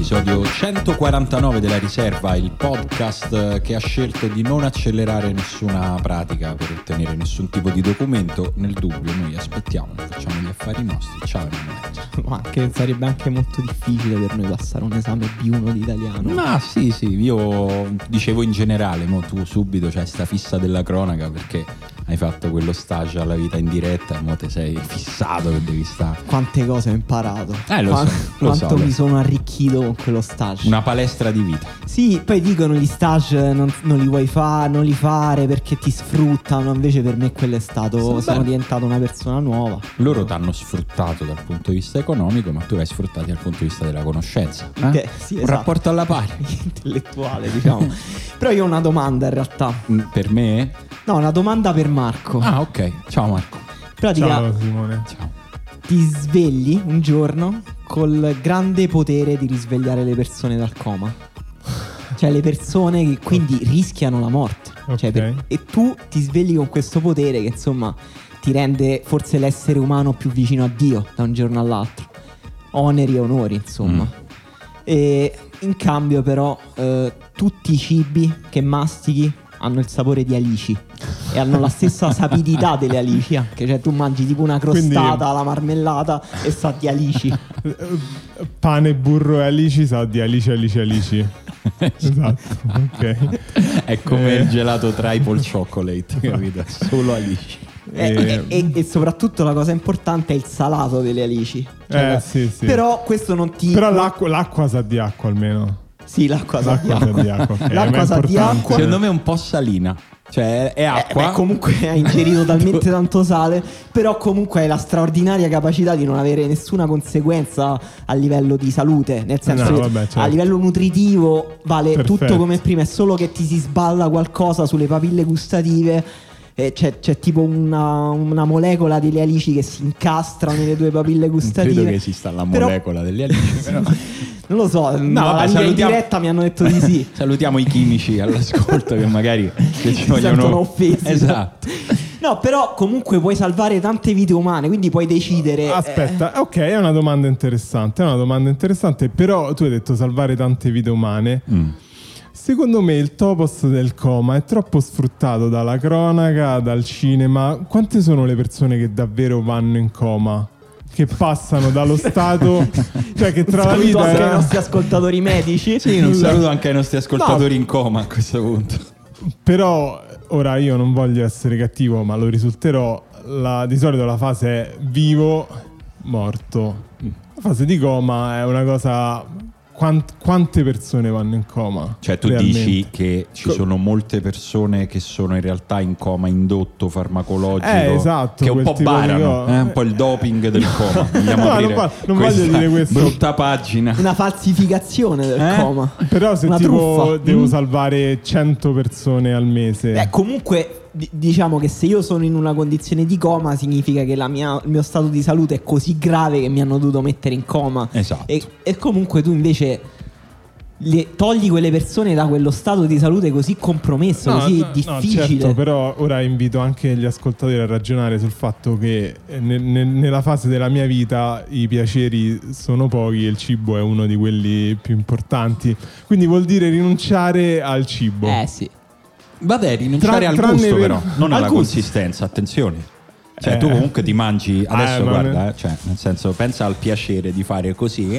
all'episodio 149 della Riserva, il podcast che ha scelto di non accelerare nessuna pratica per ottenere nessun tipo di documento. Nel dubbio noi aspettiamo, facciamo gli affari nostri. Ciao Emanuele. Sarebbe anche molto difficile per noi passare un esame B1 di italiano. Ma sì, io dicevo in generale, mo tu subito c'hai sta fissa della cronaca perché hai fatto quello stage alla vita in diretta e mo te sei fissato che devi stare. Quante cose ho imparato. Quanto mi sono arricchito con quello stage. Una palestra di vita. Sì, poi dicono gli stage non li vuoi fare, non li fare perché ti sfruttano. Invece per me quello è stato, sono diventato una persona nuova. Loro ti hanno sfruttato dal punto di vista economico, ma tu l'hai sfruttati dal punto di vista della conoscenza. Sì, un esatto. Rapporto alla pari. Intellettuale, diciamo. Però io ho una domanda in realtà. Per me? No, una domanda per Marco. Ah, ok. Ciao Marco. Ciao Simone. Ciao. Ti svegli un giorno col grande potere di risvegliare le persone dal coma. Cioè le persone che quindi rischiano la morte. Okay. E tu ti svegli con questo potere che insomma ti rende forse l'essere umano più vicino a Dio da un giorno all'altro. Oneri e onori, insomma. E in cambio però tutti i cibi che mastichi hanno il sapore di alici e hanno la stessa sapidità delle alici anche. Cioè tu mangi tipo una crostata alla marmellata e sa di alici. Pane, burro e alici sa di alici. Esatto, ok. È come il gelato triple chocolate, capito? Solo alici. E soprattutto la cosa importante è il salato delle alici. Cioè, sì. Però questo non ti... Però l'acqua sa di acqua almeno. Sì, l'acqua sa di acqua. Okay, l'acqua sa di acqua. Secondo me è un po' salina. Cioè è acqua. Comunque hai ingerito talmente tanto sale. Però comunque hai la straordinaria capacità di non avere nessuna conseguenza a livello di salute. Nel senso che certo. A livello nutritivo vale Perfetto. tutto come prima. È solo che ti si sballa qualcosa sulle papille gustative. C'è tipo una molecola delle alici che si incastra nelle tue papille gustative. Credo che esista la molecola delle alici, però. Non lo so, vabbè, in diretta mi hanno detto di sì. Salutiamo i chimici all'ascolto che magari ci sentono offesi. Esatto. No, però comunque puoi salvare tante vite umane, quindi puoi decidere. Aspetta, ok, è una domanda interessante. Però tu hai detto salvare tante vite umane. Secondo me il topos del coma è troppo sfruttato dalla cronaca, dal cinema. Quante sono le persone che davvero vanno in coma? Che passano dallo stato, cioè che tra la vita anche ai nostri ascoltatori medici. Sì, un saluto anche ai nostri ascoltatori in coma a questo punto. Però ora io non voglio essere cattivo, ma lo risulterò. Di solito la fase è vivo, morto. La fase di coma è una cosa. Quante persone vanno in coma? Cioè tu realmente? Dici che ci sono molte persone che sono in realtà in coma indotto farmacologico, esatto, che un po' barano, un po' il doping del coma. Non voglio dire questo. Brutta pagina. Una falsificazione del coma. Però se una tipo truffa. devo salvare 100 persone al mese. Comunque diciamo che se io sono in una condizione di coma significa che il mio stato di salute è così grave che mi hanno dovuto mettere in coma. Esatto. E comunque tu invece togli quelle persone da quello stato di salute così compromesso, così difficile. Certo, però ora invito anche gli ascoltatori a ragionare sul fatto che nella fase della mia vita i piaceri sono pochi e il cibo è uno di quelli più importanti. Quindi vuol dire rinunciare al cibo. Sì. Vabbè, rinunciare al gusto però, non alla consistenza, attenzione. Cioè tu comunque ti mangi, adesso guarda, cioè nel senso pensa al piacere di fare così.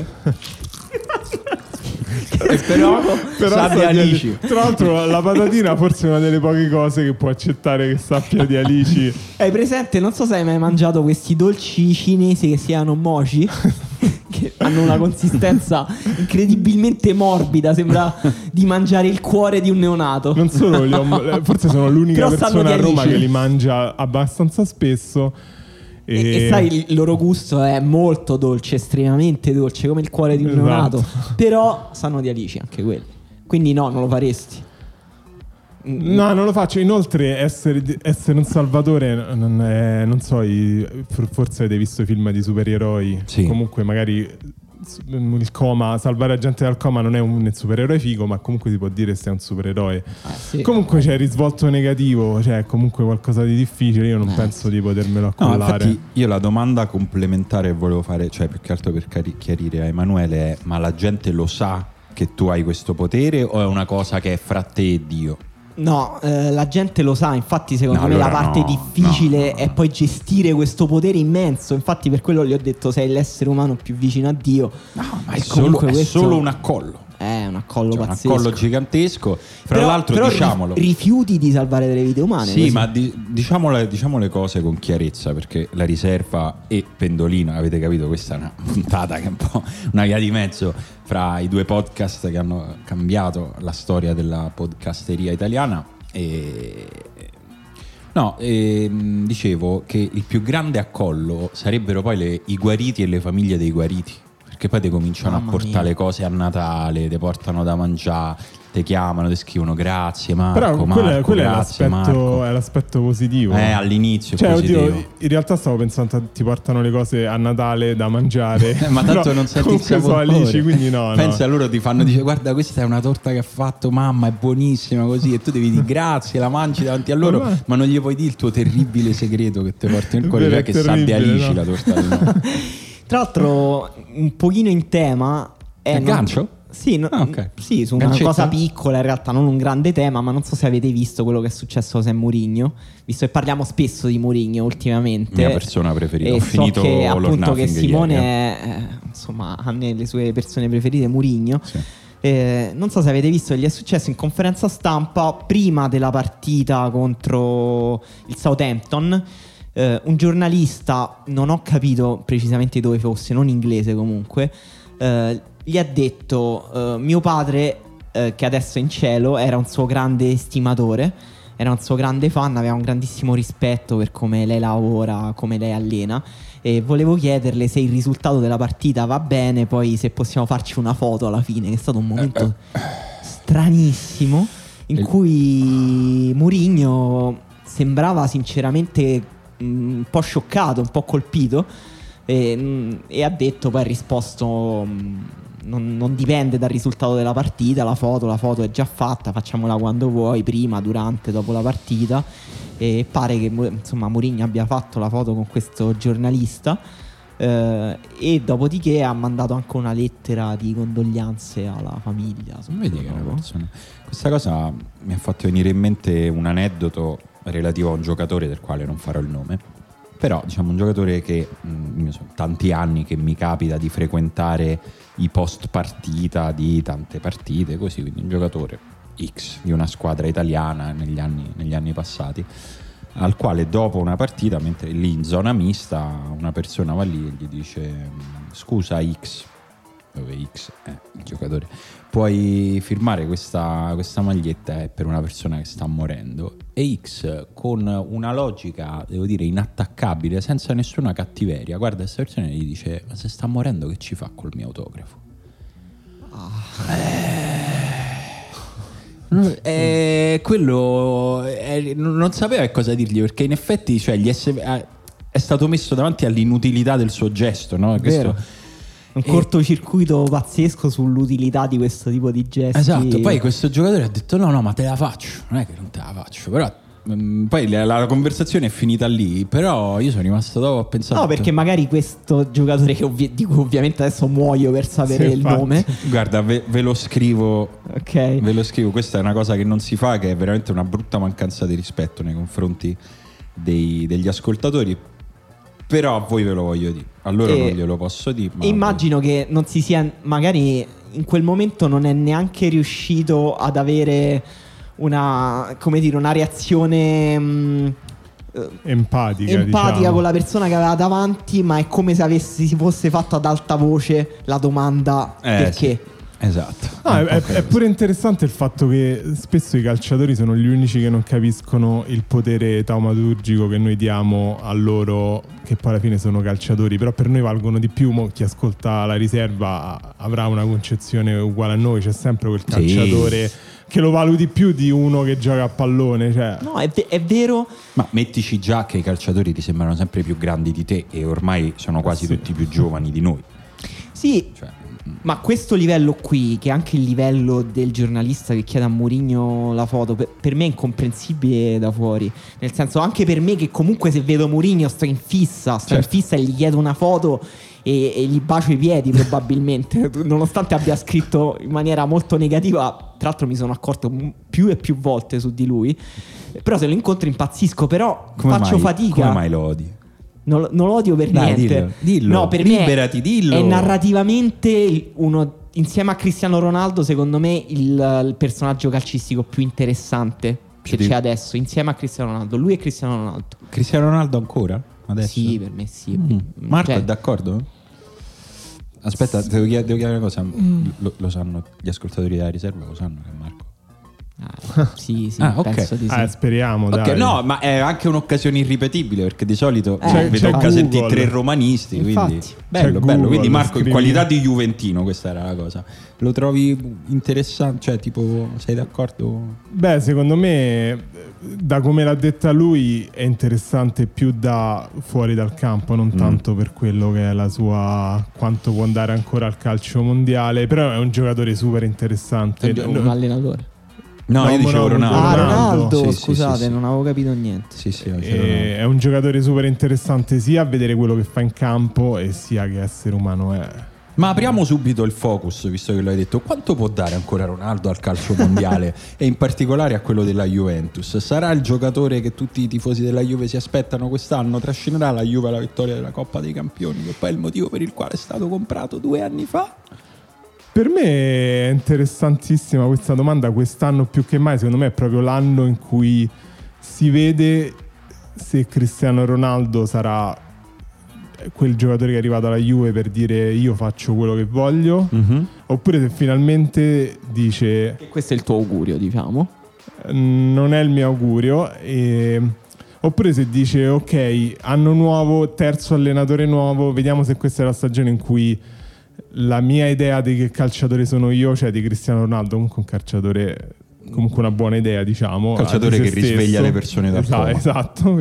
però sa di alici. Tra l'altro la patatina forse è una delle poche cose che può accettare che sappia di alici. Hai presente, non so se hai mai mangiato questi dolci cinesi che si chiamano mochi, che hanno una consistenza incredibilmente morbida, sembra di mangiare il cuore di un neonato. Non solo, forse sono l'unica persona a Roma che li mangia abbastanza spesso. E sai, il loro gusto è molto dolce, estremamente dolce, come il cuore di un neonato. Però sanno di alici anche quelli. Quindi no, non lo faresti. No, non lo faccio. Inoltre essere un salvatore non so, forse avete visto i film di supereroi. Sì. Comunque magari il coma, salvare la gente dal coma non è un supereroe figo, ma comunque si può dire se è un supereroe. Sì. Comunque c'è il risvolto negativo, cioè comunque qualcosa di difficile, io non penso di potermelo accollare. No, infatti io la domanda complementare che volevo fare, cioè più che altro per chiarire a Emanuele, è: ma la gente lo sa che tu hai questo potere o è una cosa che è fra te e Dio? No, la gente lo sa, infatti secondo me allora la parte difficile è poi gestire questo potere immenso. Infatti per quello gli ho detto sei l'essere umano più vicino a Dio. No, ma E è comunque solo un accollo. È un accollo Cioè, un pazzesco. accollo gigantesco. Fra l'altro però diciamolo. rifiuti di salvare delle vite umane. Sì, così. ma diciamo le cose con chiarezza, perché la riserva e Pendolino, avete capito, questa è una puntata che è un po' una via di mezzo fra i due podcast che hanno cambiato la storia della podcasteria italiana. Dicevo che il più grande accollo sarebbero poi i guariti e le famiglie dei guariti, perché poi ti cominciano a portare le cose a Natale, ti portano da mangiare, ti chiamano, ti scrivono grazie Marco. Però quello grazie, Marco. è l'aspetto positivo. All'inizio cioè, è positivo. Oddio, in realtà stavo pensando ti portano le cose a Natale da mangiare. Ma tanto non senti il sapore. Alici, quindi no. Pensa, loro ti fanno, dice guarda questa è una torta che ha fatto mamma, è buonissima così, e tu devi dire grazie, la mangi davanti a loro, ma non gli puoi dire il tuo terribile segreto che ti porti nel cuore, cioè che sa di Alici, no? La torta di no. Tra l'altro un pochino in tema è gancio? Sì, okay. Sì, su una Gancetta? cosa piccola in realtà, non un grande tema, ma non so se avete visto quello che è successo a José Mourinho, visto che parliamo spesso di Mourinho ultimamente. Mia persona preferita. Ho so finito che appunto che Simone ieri, insomma ha nelle sue persone preferite Mourinho. Sì. Non so se avete visto che gli è successo in conferenza stampa prima della partita contro il Southampton. Un giornalista, non ho capito precisamente dove fosse, non inglese comunque, gli ha detto mio padre, che adesso è in cielo, era un suo grande stimatore, era un suo grande fan, aveva un grandissimo rispetto per come lei lavora, come lei allena, e volevo chiederle se il risultato della partita va bene, poi se possiamo farci una foto alla fine, che è stato un momento stranissimo in cui Mourinho sembrava sinceramente un po' scioccato, un po' colpito, e ha detto, poi ha risposto non dipende dal risultato della partita, la foto è già fatta, facciamola quando vuoi, prima, durante, dopo la partita. E pare che insomma Mourinho abbia fatto la foto con questo giornalista, e dopodiché ha mandato anche una lettera di condoglianze alla famiglia. Vedi che è una persona. Questa cosa mi ha fatto venire in mente un aneddoto relativo a un giocatore del quale non farò il nome, però diciamo un giocatore che sono tanti anni che mi capita di frequentare i post partita di tante partite, così, quindi un giocatore X di una squadra italiana negli anni passati, al quale dopo una partita, mentre lì in zona mista, una persona va lì e gli dice scusa X, dove X è il giocatore, puoi firmare questa maglietta, è per una persona che sta morendo. E X, con una logica, devo dire, inattaccabile, senza nessuna cattiveria, guarda questa persona e gli dice ma se sta morendo che ci fa col mio autografo? Quello non sapeva cosa dirgli, perché in effetti, cioè, è stato messo davanti all'inutilità del suo gesto, no? Questo un cortocircuito pazzesco sull'utilità di questo tipo di gesti. Esatto, poi questo giocatore ha detto no ma te la faccio, non è che non te la faccio, però poi la conversazione è finita lì, però io sono rimasto dopo a pensare. No, perché magari questo giocatore di cui ovviamente adesso muoio per sapere il nome. Guarda, ve lo scrivo. Ok. Ve lo scrivo, questa è una cosa che non si fa, che è veramente una brutta mancanza di rispetto nei confronti degli ascoltatori. Però a voi ve lo voglio dire, a loro non glielo posso dire. Ma immagino che non si sia, magari in quel momento non è neanche riuscito ad avere una reazione empatica con la persona che aveva davanti, ma è come se si fosse fatto ad alta voce la domanda perché. Sì. Esatto. È pure interessante il fatto che spesso i calciatori sono gli unici che non capiscono il potere taumaturgico che noi diamo a loro, che poi alla fine sono calciatori, però per noi valgono di più. Chi ascolta la riserva avrà una concezione uguale a noi, c'è sempre quel calciatore che lo valuti più di uno che gioca a pallone, cioè. No, è vero. Ma mettici già che i calciatori ti sembrano sempre più grandi di te, e ormai sono quasi tutti più giovani di noi. Sì, Cioè, ma questo livello qui, che è anche il livello del giornalista che chiede a Mourinho la foto, per me è incomprensibile da fuori. Nel senso, anche per me che comunque se vedo Mourinho sto in fissa e gli chiedo una foto e gli bacio i piedi probabilmente, nonostante abbia scritto in maniera molto negativa. Tra l'altro mi sono accorto più e più volte su di lui. Però se lo incontro impazzisco, però faccio fatica. Come mai lo odi? Non lo odio per niente. Dillo. No, per Liberati, me dillo. è narrativamente uno, insieme a Cristiano Ronaldo, secondo me il personaggio calcistico più interessante che c'è adesso, insieme a Cristiano Ronaldo. Lui e Cristiano Ronaldo. Cristiano Ronaldo ancora? Adesso? Sì, per me sì. Marco è d'accordo? Aspetta, devo chiedere una cosa. Lo sanno gli ascoltatori della riserva? Lo sanno che Marco? Sì, ok. penso di sì. Speriamo, Ok, dai. no, ma è anche un'occasione irripetibile, perché di solito c'è vedo a casa Google. 3 romanisti, Infatti. quindi bello, Google, bello. Quindi Marco scrivi. in qualità di juventino, questa era la cosa. Lo trovi interessante? Cioè, tipo, sei d'accordo? Beh, secondo me, da come l'ha detta lui, è interessante più da fuori dal campo, non tanto per quello che è la sua, quanto può andare ancora al calcio mondiale. Però è un giocatore super interessante. Un allenatore. No, io dicevo Ronaldo. Ronaldo, Sì, scusate, sì. non avevo capito niente. Sì, È un giocatore super interessante sia a vedere quello che fa in campo e sia che essere umano è. Ma apriamo subito il focus, visto che lo hai detto. Quanto può dare ancora Ronaldo al calcio mondiale e in particolare a quello della Juventus? Sarà il giocatore che tutti i tifosi della Juve si aspettano quest'anno? Trascinerà la Juve alla vittoria della Coppa dei Campioni, che poi è il motivo per il quale è stato comprato 2 anni fa? Per me è interessantissima questa domanda. Quest'anno più che mai, secondo me, è proprio l'anno in cui si vede se Cristiano Ronaldo sarà quel giocatore che è arrivato alla Juve per dire io faccio quello che voglio, oppure se finalmente dice Questo è il tuo augurio, diciamo. non è il mio augurio, oppure se dice ok, anno nuovo, terzo allenatore nuovo, vediamo se questa è la stagione in cui la mia idea di che calciatore sono io, cioè di Cristiano Ronaldo, comunque un calciatore, comunque una buona idea, diciamo, Calciatore che risveglia le persone dal coma. Esatto.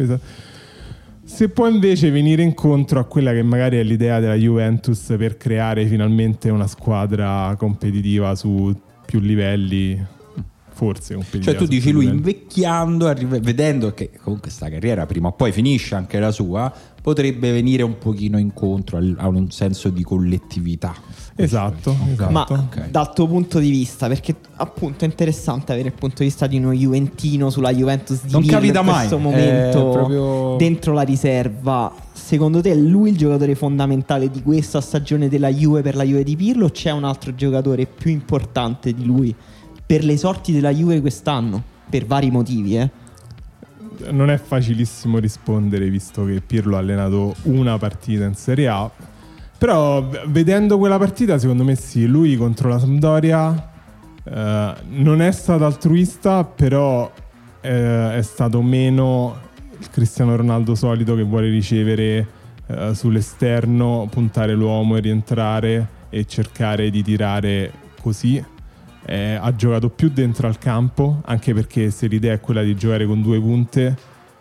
Se può invece venire incontro a quella che magari è l'idea della Juventus per creare finalmente una squadra competitiva su più livelli, forse competitiva. Cioè tu su dici più lui livelli. invecchiando, vedendo che comunque sta carriera prima o poi finisce anche la sua, potrebbe venire un pochino incontro a un senso di collettività. Esatto. Ma ok. dal tuo punto di vista, perché appunto è interessante avere il punto di vista di uno juventino sulla Juventus di Non Pirlo capita in questo mai, momento proprio... dentro la riserva. Secondo te è lui il giocatore fondamentale di questa stagione della Juve per la Juve di Pirlo, o c'è un altro giocatore più importante di lui per le sorti della Juve quest'anno? Per vari motivi, Non è facilissimo rispondere visto che Pirlo ha allenato una partita in Serie A, però vedendo quella partita secondo me sì, lui contro la Sampdoria non è stato altruista, però è stato meno il Cristiano Ronaldo solito che vuole ricevere sull'esterno, puntare l'uomo e rientrare e cercare di tirare così. Ha giocato più dentro al campo, anche perché se l'idea è quella di giocare con 2 punte,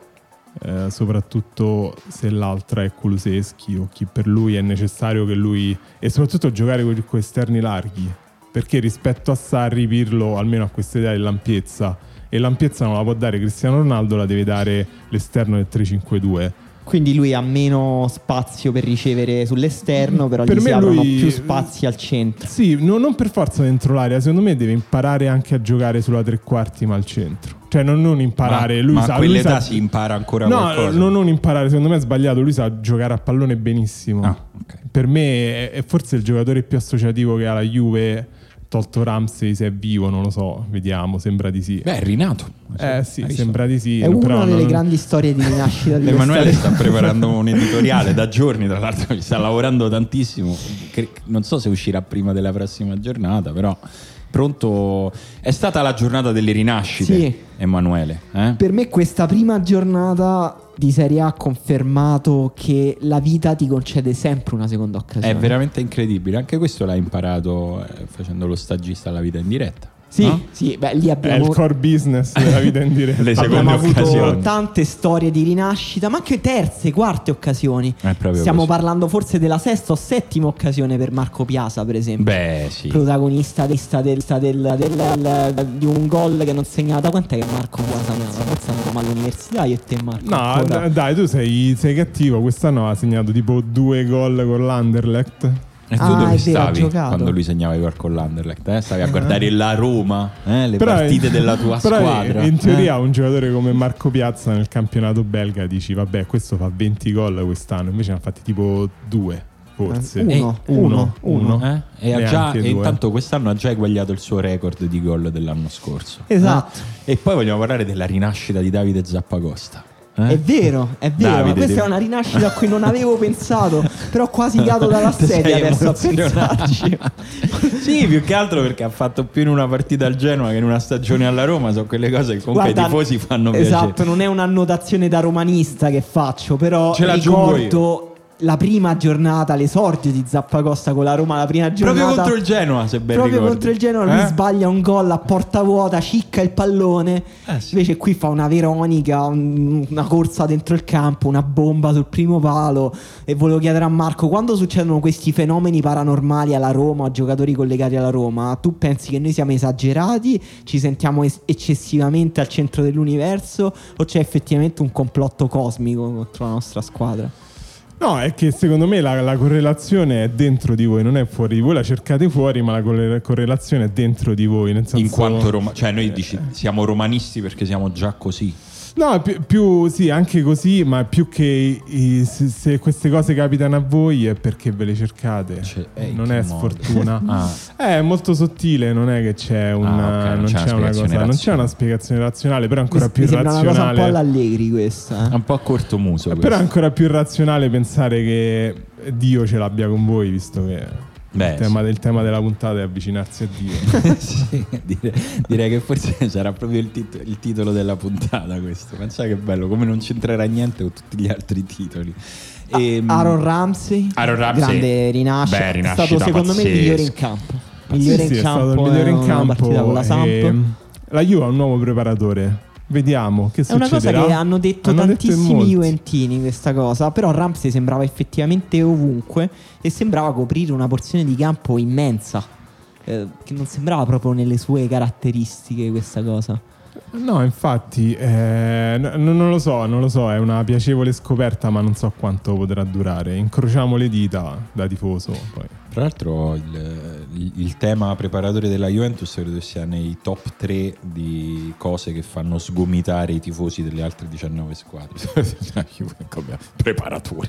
soprattutto se l'altra è Kulusevski o chi per lui, è necessario che lui, e soprattutto giocare con esterni larghi, perché rispetto a Sarri, Pirlo almeno ha questa idea dell'ampiezza, e l'ampiezza non la può dare Cristiano Ronaldo, la deve dare l'esterno del 3-5-2. Quindi lui ha meno spazio per ricevere sull'esterno, però Per gli si me aprono lui- più spazi al centro. Sì, non per forza dentro l'area, secondo me deve imparare anche a giocare sulla 3/4 ma al centro. Cioè non imparare, lui ma sa, a quell'età lui sa- si impara ancora no, qualcosa. non imparare, secondo me è sbagliato, lui sa giocare a pallone benissimo. Ok. Per me è forse il giocatore più associativo che ha la Juve, tolto Ramsey, se è vivo, non lo so, vediamo, sembra di sì. Beh, è rinato. Sì, Hai visto? sembra di sì. È però una delle non- grandi storie di rinascita di Emanuele questa sta preparando un editoriale da giorni, tra l'altro ci sta lavorando tantissimo. Non so se uscirà prima della prossima giornata, però pronto. È stata la giornata delle rinascite, Sì. Emanuele. Per me questa prima giornata di Serie A ha confermato che la vita ti concede sempre una seconda occasione. È veramente incredibile. Anche questo l'hai imparato facendo lo stagista alla vita in diretta. Sì, no? sì, beh, lì È abbiamo il core business della vita in diretta. Le seconde abbiamo avuto occasioni. tante storie di rinascita, ma anche terze, quarte occasioni. È proprio Stiamo così. parlando forse della sesta o settima occasione per Marco Piazza, per esempio. Beh, sì. Protagonista di un gol che non segnava. Da quant'è che Marco Piazza segnava? Forse andavamo all'università io e te, Marco. No, ancora. dai, tu sei cattivo. Quest'anno ha segnato tipo 2 gol con l'Anderlecht. E tu Ah, dove è vero, ha stavi giocato. quando lui segnava i gol con l'Anderlecht? Stavi a guardare la Roma, le Però- partite della tua però squadra. in teoria un giocatore come Marco Piazza nel campionato belga dici vabbè, questo fa 20 gol quest'anno, invece ne ha fatti tipo 2 forse. Uno. E, Neanche e 2. intanto quest'anno ha già eguagliato il suo record di gol dell'anno scorso. Esatto. E poi vogliamo parlare della rinascita di Davide Zappacosta. È vero, Davide, ma questa ti- è una rinascita a cui non avevo pensato, però quasi cato dalla Ti sedia sei adesso a emozionato. pensarci. Sì, più che altro perché ha fatto più in una partita al Genoa che in una stagione alla Roma. Sono quelle cose che comunque Guarda, ai tifosi fanno esatto, piacere. non è un'annotazione da romanista che faccio, però Ce l'aggiungo ricordo la prima giornata, l'esordio di Zappacosta con la Roma, la prima giornata Proprio contro il Genoa, se ben proprio ricordi. contro il Genoa lui sbaglia un gol a porta vuota, cicca il pallone. Sì. Invece qui fa una Veronica, una corsa dentro il campo, una bomba sul primo palo. E volevo chiedere a Marco, quando succedono questi fenomeni paranormali alla Roma, a giocatori collegati alla Roma, tu pensi che noi siamo esagerati, ci sentiamo eccessivamente al centro dell'universo, o c'è effettivamente un complotto cosmico contro la nostra squadra? No, è che secondo me la correlazione è dentro di voi, non è fuori di voi, la cercate fuori, ma la correlazione è dentro di voi, nel senso... In quanto cioè noi siamo romanisti perché siamo già così. No, più sì, anche così, ma più che se queste cose capitano a voi è perché ve le cercate. Non in è che modo? sfortuna. È molto sottile, non è che c'è una, ok, non c'è una cosa, non c'è una spiegazione razionale, però è ancora più Mi sembra una cosa un po' razionale. all'Allegri questa. È un po' a corto muso. Però è ancora più razionale pensare che Dio ce l'abbia con voi, visto che il tema della puntata è avvicinarsi a Dio. Sì, direi che forse sarà proprio il titolo della puntata questo. Pensate che bello, come non c'entrerà niente con tutti gli altri titoli. Aaron Ramsey, grande rinascita. Beh, è stato secondo me il migliore in campo. Migliore Sì, in è campo, stato il migliore in una partita con la campo. Samp. La Juve ha un nuovo preparatore. Vediamo che È una succederà. cosa che hanno detto in tantissimi molti. juventini questa cosa. Però Ramsey sembrava effettivamente ovunque e sembrava coprire una porzione di campo immensa, che non sembrava proprio nelle sue caratteristiche questa cosa. No, infatti, non lo so, è una piacevole scoperta, ma non so quanto potrà durare. Incrociamo le dita da tifoso. Poi. Tra l'altro il tema preparatore della Juventus credo sia nei top 3 di cose che fanno sgomitare i tifosi delle altre 19 squadre. Come preparatore.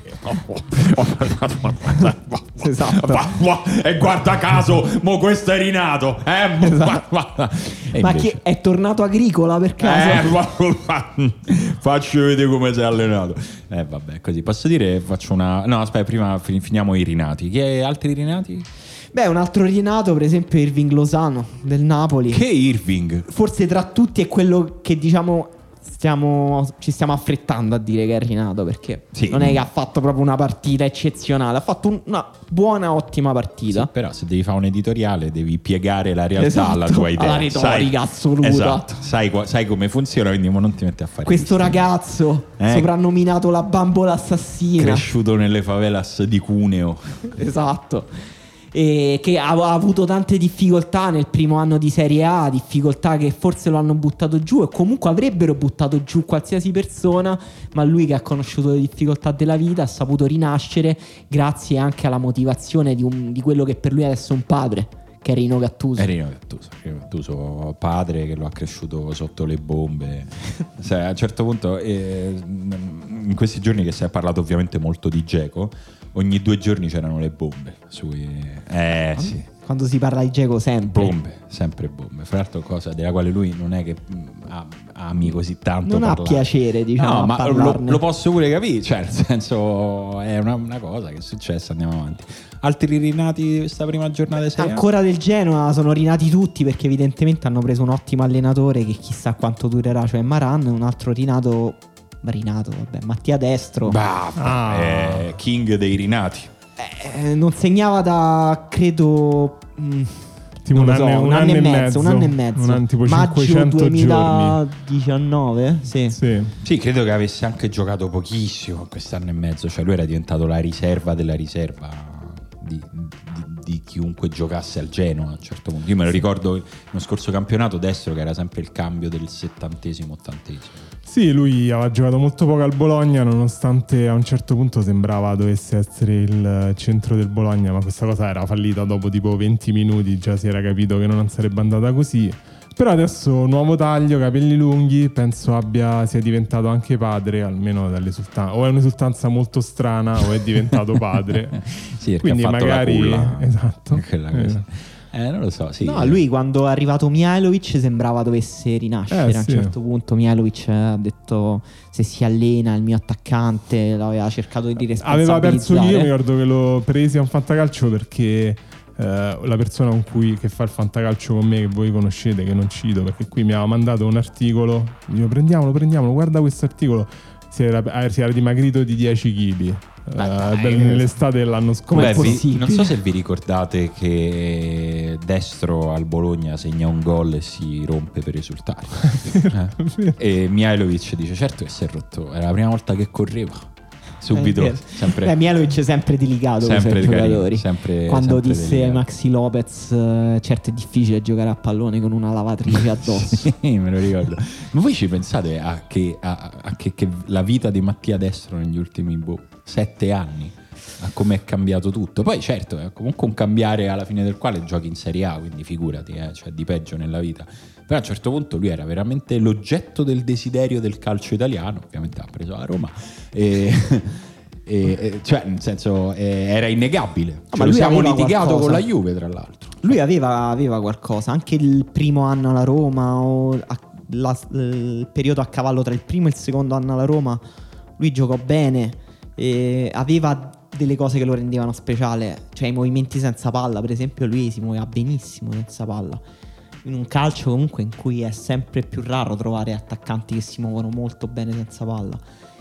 Esatto. E guarda caso, mo questo è rinato. Esatto. Ma che è tornato Agricola per caso? Faccio vedere come si è allenato. Vabbè, così posso dire, faccio una... No, aspetta, prima finiamo i rinati. Chi è altri rinati? Beh, un altro rinato, per esempio Irving Lozano del Napoli. Che Irving? Forse tra tutti è quello che diciamo ci stiamo affrettando a dire che è rinato, perché non è che ha fatto proprio una partita eccezionale, ha fatto una buona, ottima partita. Sì, però se devi fare un editoriale devi piegare la realtà alla tua idea, alla retorica assoluta. Esatto, sai come funziona, quindi non ti metti a fare questo ragazzo soprannominato la bambola assassina, cresciuto nelle favelas di Cuneo. Esatto. E che ha avuto tante difficoltà nel primo anno di Serie A, difficoltà che forse lo hanno buttato giù e comunque avrebbero buttato giù qualsiasi persona, ma lui che ha conosciuto le difficoltà della vita ha saputo rinascere grazie anche alla motivazione di quello che per lui adesso è un padre, che è Rino Gattuso. Rino Gattuso, padre che lo ha cresciuto sotto le bombe. Cioè, a un certo punto in questi giorni che si è parlato ovviamente molto di Dzeko, ogni 2 giorni c'erano le bombe sì. Quando si parla di Dzeko sempre bombe. Fra l'altro cosa della quale lui non è che ami così tanto non parlare. Ha piacere, diciamo, no, ma parlarne. lo posso pure capire, cioè nel senso è una cosa che è successa, andiamo avanti. Altri rinati questa prima giornata di Serie A? Ancora del Genoa sono rinati tutti, perché evidentemente hanno preso un ottimo allenatore che chissà quanto durerà, cioè Maran. Un altro rinato, Mattia Destro, King dei rinati. non segnava da credo Tipo un anno e mezzo. Tipo Maggio 500 2019? giorni. Sì, credo che avesse anche giocato pochissimo in quest'anno e mezzo. Cioè lui era diventato la riserva della riserva di chiunque giocasse al Genoa a un certo punto. Io me lo ricordo nello scorso campionato Destro che era sempre il cambio del 70esimo, 80esimo. Sì, lui aveva giocato molto poco al Bologna, nonostante a un certo punto sembrava dovesse essere il centro del Bologna, ma questa cosa era fallita dopo tipo 20 minuti, già si era capito che non sarebbe andata così. Però adesso nuovo taglio, capelli lunghi, penso sia diventato anche padre, almeno dall'esultanza. O è un'esultanza molto strana o è diventato padre. Sì, quindi ha fatto magari la culla, esatto. Non lo so, sì. No, lui quando è arrivato Mihajlovic sembrava dovesse rinascere. A un certo punto Mihajlovic ha detto se si allena il mio attaccante, l'aveva cercato di responsabilizzare. Aveva perso io, mi ricordo che l'ho presi a un fantacalcio perché la persona che fa il fantacalcio con me, che voi conoscete, che non cito perché qui mi aveva mandato un articolo, io prendiamolo, guarda questo articolo, si era dimagrito di 10 kg. Nell'estate dell'anno scorso. Non so se vi ricordate che Destro al Bologna segna un gol e si rompe per esultare. E Mihajlovic dice certo che si è rotto, era la prima volta che correva. Subito sempre. Mihajlovic è sempre delicato con i giocatori. Quando disse delicato. Maxi Lopez certo è difficile giocare a pallone con una lavatrice addosso. Sì, me lo ricordo. Ma voi ci pensate che la vita di Mattia Destro negli ultimi 7 anni, a come è cambiato tutto? Poi certo è comunque un cambiare alla fine del quale giochi in Serie A, quindi figurati, cioè di peggio nella vita. Però a un certo punto lui era veramente l'oggetto del desiderio del calcio italiano, ovviamente ha preso la Roma cioè nel senso era innegabile, lo siamo litigato con la Juve tra l'altro. Lui aveva qualcosa, anche il primo anno alla Roma o il periodo a cavallo tra il primo e il secondo anno alla Roma, lui giocò bene. Aveva delle cose che lo rendevano speciale, cioè i movimenti senza palla, per esempio lui si muoveva benissimo senza palla, in un calcio comunque in cui è sempre più raro trovare attaccanti che si muovono molto bene senza palla.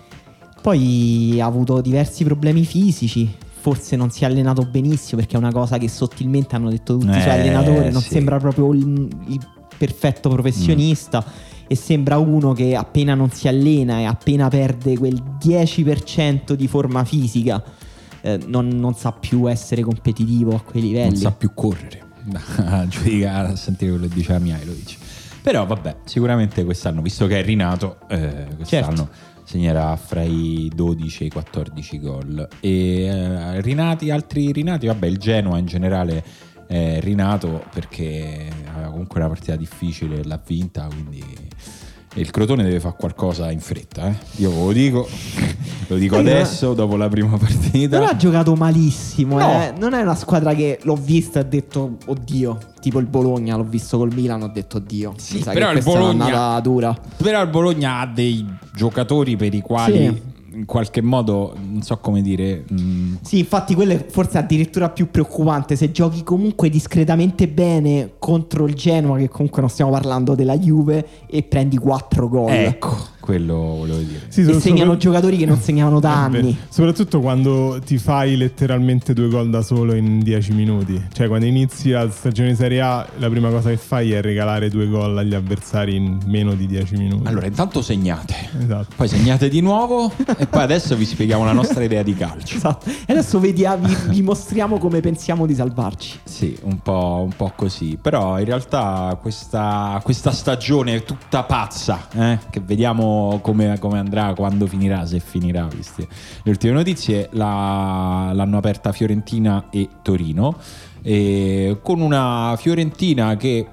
Poi ha avuto diversi problemi fisici, forse non si è allenato benissimo, perché è una cosa che sottilmente hanno detto tutti i suoi allenatori, non sembra proprio il perfetto professionista. E sembra uno che appena non si allena e appena perde quel 10% di forma fisica non sa più essere competitivo a quei livelli. Non sa più correre, a giudicare, a sentire quello che diceva Mihajlovic. Però vabbè, sicuramente quest'anno, visto che è rinato, quest'anno segnerà fra i 12 e i 14 gol. E altri rinati, vabbè, il Genoa in generale è rinato perché aveva comunque una partita difficile, l'ha vinta, quindi il Crotone deve fare qualcosa in fretta, io ve lo dico adesso dopo la prima partita. Non ha giocato malissimo, no. Non è una squadra che l'ho vista e ho detto oddio, tipo il Bologna, l'ho visto col Milan, ho detto oddio, sì, però il Bologna dura. Però il Bologna ha dei giocatori per i quali in qualche modo, non so come dire. Sì, infatti quello è forse addirittura più preoccupante. Se giochi comunque discretamente bene contro il Genoa, che comunque non stiamo parlando della Juve, e prendi 4 gol. Ecco, quello volevo dire. Sì, e segnano giocatori che non segnavano da anni. Soprattutto quando ti fai letteralmente 2 gol da solo in 10 minuti. Cioè quando inizi la stagione di Serie A, la prima cosa che fai è regalare 2 gol agli avversari in meno di 10 minuti. Allora intanto segnate, esatto. Poi segnate di nuovo e poi adesso vi spieghiamo la nostra idea di calcio. Esatto. E adesso vi mostriamo come pensiamo di salvarci. Sì, un po' così. Però in realtà questa stagione tutta pazza, che vediamo come andrà, quando finirà, se finirà, viste le ultime notizie, l'hanno aperta Fiorentina e Torino, con una Fiorentina che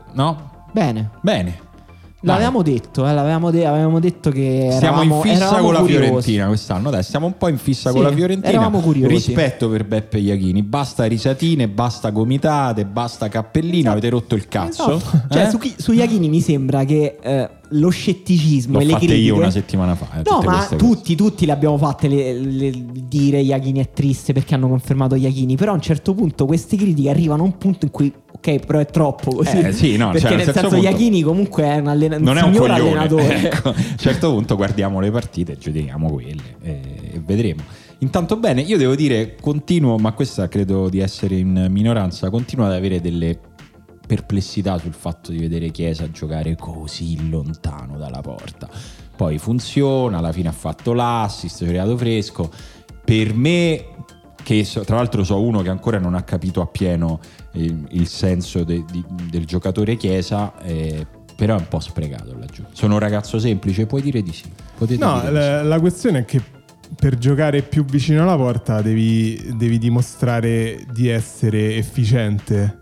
bene. L'avevamo detto, avevamo detto che stiamo in fissa con la curiosi. Fiorentina quest'anno, dai, stiamo un po' in fissa con la Fiorentina. Eravamo curiosi. Rispetto per Beppe Iachini, basta risatine, basta gomitate, basta cappellino, avete rotto il cazzo. Cioè su Iachini mi sembra che lo scetticismo e le critiche io una settimana fa. No, ma tutti le abbiamo fatte dire Iachini è triste perché hanno confermato Iachini, però a un certo punto queste critiche arrivano a un punto in cui ok, però è troppo così. Sì, no, perché cioè, nel senso Iachini comunque è non è un signor coglione, allenatore. Ecco. A un certo punto guardiamo le partite, giudichiamo quelle e vedremo. Intanto bene, io devo dire, continuo, ma questa credo di essere in minoranza, continuo ad avere delle perplessità sul fatto di vedere Chiesa giocare così lontano dalla porta. Poi funziona, alla fine ha fatto l'assist, ci è arrivato fresco. Per me, che tra l'altro so uno che ancora non ha capito appieno il senso del giocatore Chiesa, però è un po' sprecato laggiù. Sono un ragazzo semplice, puoi dire di sì. La questione è che per giocare più vicino alla porta devi dimostrare di essere efficiente.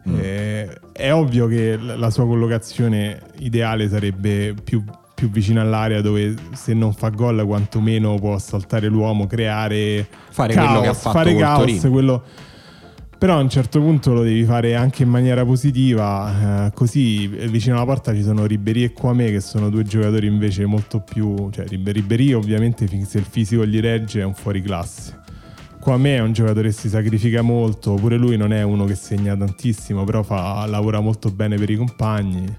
È ovvio che la sua collocazione ideale sarebbe più vicino all'area, dove se non fa gol quantomeno può saltare l'uomo, creare fare caos, quello che ha fatto fare col caos, Torino. Però a un certo punto lo devi fare anche in maniera positiva, così vicino alla porta ci sono Ribéry e Kouamé, che sono due giocatori invece molto più, cioè Ribéry ovviamente se il fisico gli regge è un fuoriclasse. Kouamé è un giocatore che si sacrifica molto, pure lui non è uno che segna tantissimo, però lavora molto bene per i compagni.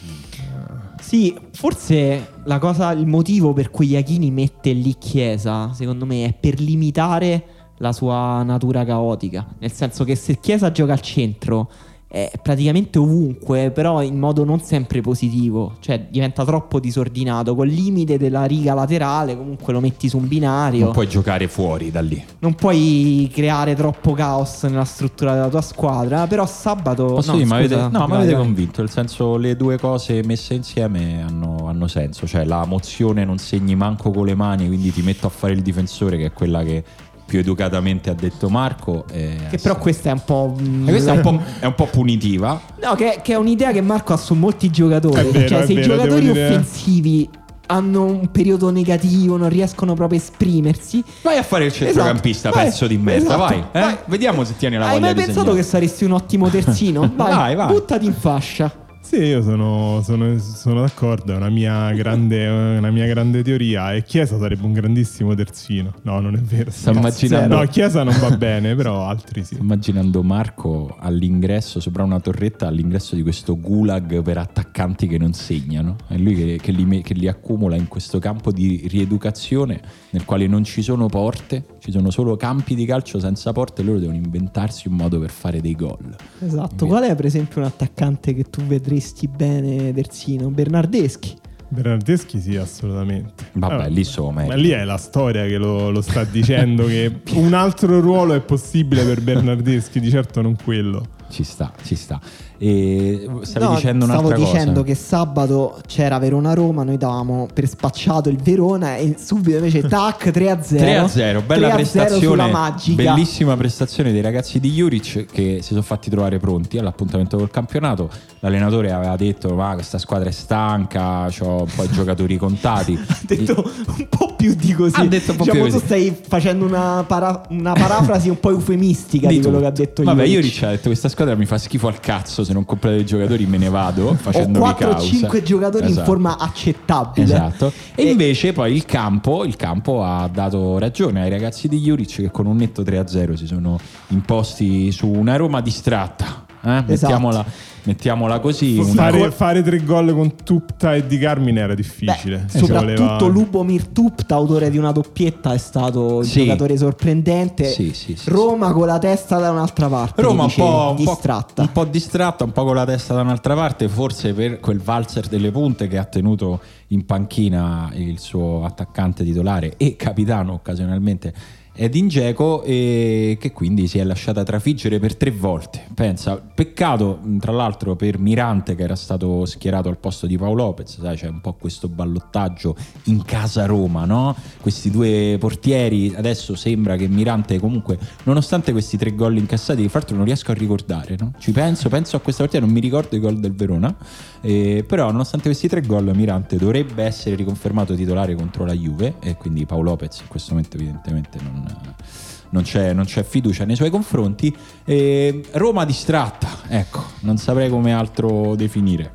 Sì, forse il motivo per cui Iachini mette lì Chiesa, secondo me, è per limitare la sua natura caotica. Nel senso che se Chiesa gioca al centro è praticamente ovunque, però in modo non sempre positivo, cioè diventa troppo disordinato. Col limite della riga laterale comunque lo metti su un binario, non puoi giocare fuori da lì, non puoi creare troppo caos nella struttura della tua squadra. Però sabato mi avete convinto, nel senso, le due cose messe insieme hanno senso. Cioè la mozione non segni manco con le mani, quindi ti metto a fare il difensore, che è quella che più educatamente ha detto Marco, che però questa è un po' è un po' punitiva. No, che è un'idea che Marco ha su molti giocatori. Se i giocatori offensivi hanno un periodo negativo, non riescono proprio a esprimersi, vai a fare il centrocampista, pezzo di merda. Vai. Vediamo se tieni la voglia di segnare. Hai mai pensato che saresti un ottimo terzino? Vai. Buttati in fascia. Sì, io sono d'accordo, è una mia grande teoria. E Chiesa sarebbe un grandissimo terzino. No, non è vero. No, Chiesa non va bene, però altri sì. Sto immaginando Marco all'ingresso, sopra una torretta, all'ingresso di questo gulag per attaccanti che non segnano. È lui che li accumula in questo campo di rieducazione, nel quale non ci sono porte, ci sono solo campi di calcio senza porte, e loro devono inventarsi un modo per fare dei gol. Esatto. Qual è per esempio un attaccante che tu vedresti bene terzino? Bernardeschi sì, assolutamente. Vabbè, lì ma lì è la storia che lo sta dicendo che un altro ruolo è possibile per Bernardeschi, di certo non quello. Ci sta. E stavi dicendo un'altra cosa. Stavo dicendo che sabato c'era Verona-Roma, noi davamo per spacciato il Verona e subito invece tac 3-0, bella 3-0 prestazione, magica. Bellissima prestazione dei ragazzi di Juric, che si sono fatti trovare pronti all'appuntamento col campionato. L'allenatore aveva detto: ma questa squadra è stanca, c'ho un po' i giocatori contati. Ha detto un po' più di così. Ha detto un po' più tu così. stai facendo una parafrasi un po' eufemistica di quello che ha detto Juric. Vabbè, Juric ha detto: questa squadra mi fa schifo al cazzo, se non completo i giocatori me ne vado, facendomi causa. Ho 4-5 giocatori in forma accettabile. Esatto. E invece poi il campo ha dato ragione ai ragazzi di Juric, che con un netto 3-0 si sono imposti su una Roma distratta. Esatto. Mettiamola così. Fare 3 gol con Tupta e Di Carmine era difficile. Soprattutto Lubomir Tupta, autore di una doppietta, è stato il giocatore sorprendente. Sì. Roma con la testa da un'altra parte. Roma distratta. Un po' distratta, un po' con la testa da un'altra parte, forse per quel valzer delle punte che ha tenuto in panchina il suo attaccante titolare e capitano occasionalmente Edin Dzeko, e che quindi si è lasciata trafiggere per 3 volte. Pensa, peccato tra l'altro per Mirante, che era stato schierato al posto di Pau Lopez. Sai, c'è un po' questo ballottaggio in casa Roma, no? Questi due portieri. Adesso sembra che Mirante comunque, nonostante questi 3 gol incassati, che fra l'altro non riesco a ricordare, no? Ci penso a questa partita, non mi ricordo i gol del Verona, però nonostante questi 3 gol Mirante dovrebbe essere riconfermato titolare contro la Juve, e quindi Pau Lopez in questo momento evidentemente non c'è fiducia nei suoi confronti. Roma distratta, ecco, non saprei come altro definire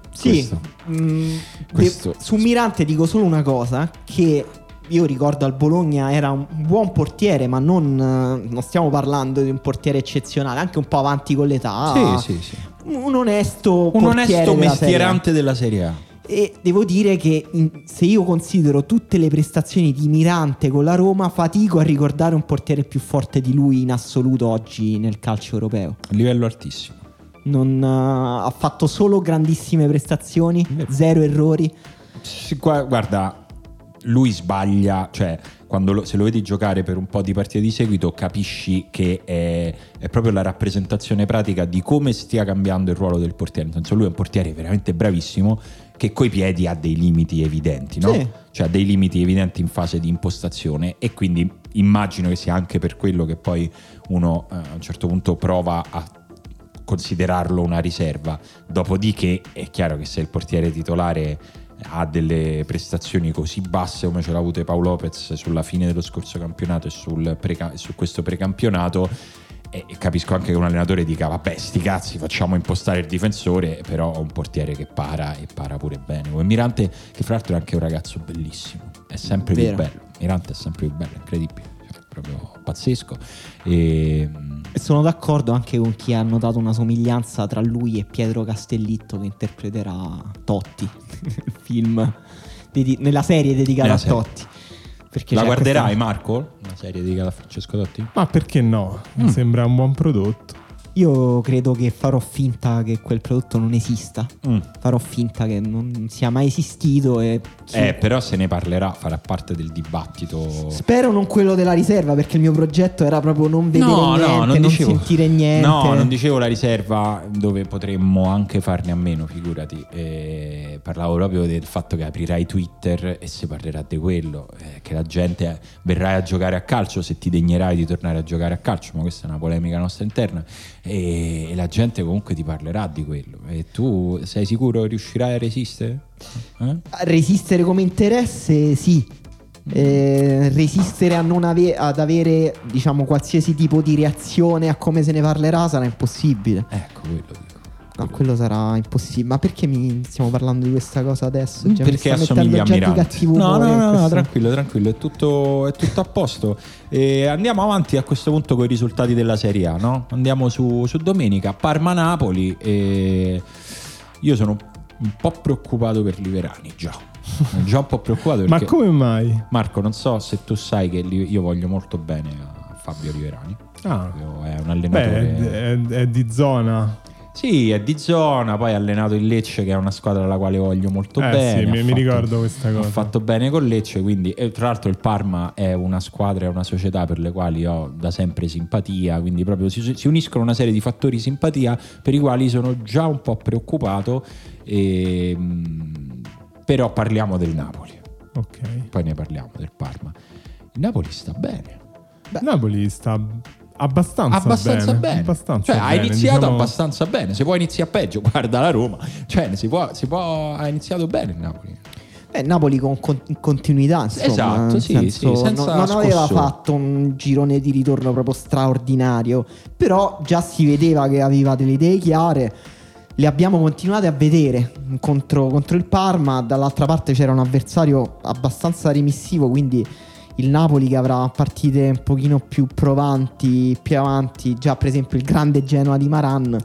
questo. Su Mirante dico solo una cosa, che io ricordo al Bologna era un buon portiere, ma non stiamo parlando di un portiere eccezionale, anche un po' avanti con l'età. Sì. Un onesto mestierante della Serie A. E devo dire che se io considero tutte le prestazioni di Mirante con la Roma, fatico a ricordare un portiere più forte di lui in assoluto oggi nel calcio europeo. Livello altissimo. ha fatto solo grandissime prestazioni, 0 errori. Guarda, lui sbaglia, cioè quando se lo vedi giocare per un po' di partite di seguito capisci che è proprio la rappresentazione pratica di come stia cambiando il ruolo del portiere. Nel senso, lui è un portiere veramente bravissimo che coi piedi ha dei limiti evidenti, no? Sì. Cioè ha dei limiti evidenti in fase di impostazione, e quindi immagino che sia anche per quello che poi uno a un certo punto prova a considerarlo una riserva. Dopodiché è chiaro che se il portiere titolare ha delle prestazioni così basse come ce l'ha avute Pau Lopez sulla fine dello scorso campionato e su questo precampionato, e capisco anche che un allenatore dica vabbè sti cazzi, facciamo impostare il difensore, però ho un portiere che para e para pure bene, come Mirante, che fra l'altro è anche un ragazzo bellissimo, è sempre più bello. Mirante è sempre più bello, incredibile, cioè, proprio pazzesco. E sono d'accordo anche con chi ha notato una somiglianza tra lui e Pietro Castellitto, che interpreterà Totti nel film nella serie dedicata a Totti. Perché la guarderai, Marco? Una serie dedicata a Francesco Totti? Ma perché no? Mi sembra un buon prodotto. Io credo che farò finta che quel prodotto non esista. Farò finta che non sia mai esistito. Però se ne parlerà, farà parte del dibattito. Spero non quello della riserva, perché il mio progetto era proprio non vedere niente, non sentire niente. No, non dicevo la riserva, dove potremmo anche farne a meno, figurati. Parlavo proprio del fatto che aprirai Twitter e si parlerà di quello, che la gente verrai a giocare a calcio se ti degnerai di tornare a giocare a calcio, ma questa è una polemica nostra interna. E la gente comunque ti parlerà di quello. E tu sei sicuro che riuscirai a resistere? A resistere come interesse, sì. Resistere a non ad avere, diciamo, qualsiasi tipo di reazione a come se ne parlerà sarà impossibile. Ecco, quello dico. No, quello sarà impossibile. Ma perché stiamo parlando di questa cosa adesso? Perché assomiglia a Mirante. No, tranquillo, è tutto a posto. Andiamo avanti a questo punto con i risultati della Serie A, no? Andiamo su domenica, Parma-Napoli. Io sono un po' preoccupato per Liverani, già un po' preoccupato perché... Ma come mai? Marco, non so se tu sai che io voglio molto bene a Fabio Liverani. È un allenatore... è di zona. Sì, è di zona, poi ha allenato il Lecce, che è una squadra alla quale voglio molto bene. Sì, mi ricordo questa cosa. Ha fatto bene con Lecce, quindi, e tra l'altro il Parma è una squadra, è una società per le quali ho da sempre simpatia, quindi proprio si uniscono una serie di fattori simpatia per i quali sono già un po' preoccupato, però parliamo del Napoli. Ok. Poi ne parliamo del Parma. Il Napoli sta bene. Napoli sta... Abbastanza bene. Ha iniziato abbastanza bene. Se può iniziare peggio, guarda la Roma. Cioè, ha iniziato bene il Napoli. Napoli con continuità, insomma. Esatto, sì, senza non aveva fatto un girone di ritorno proprio straordinario, però già si vedeva che aveva delle idee chiare. Le abbiamo continuate a vedere contro il Parma. Dall'altra parte c'era un avversario abbastanza remissivo, quindi il Napoli, che avrà partite un pochino più provanti più avanti, già per esempio il grande Genoa di Maran,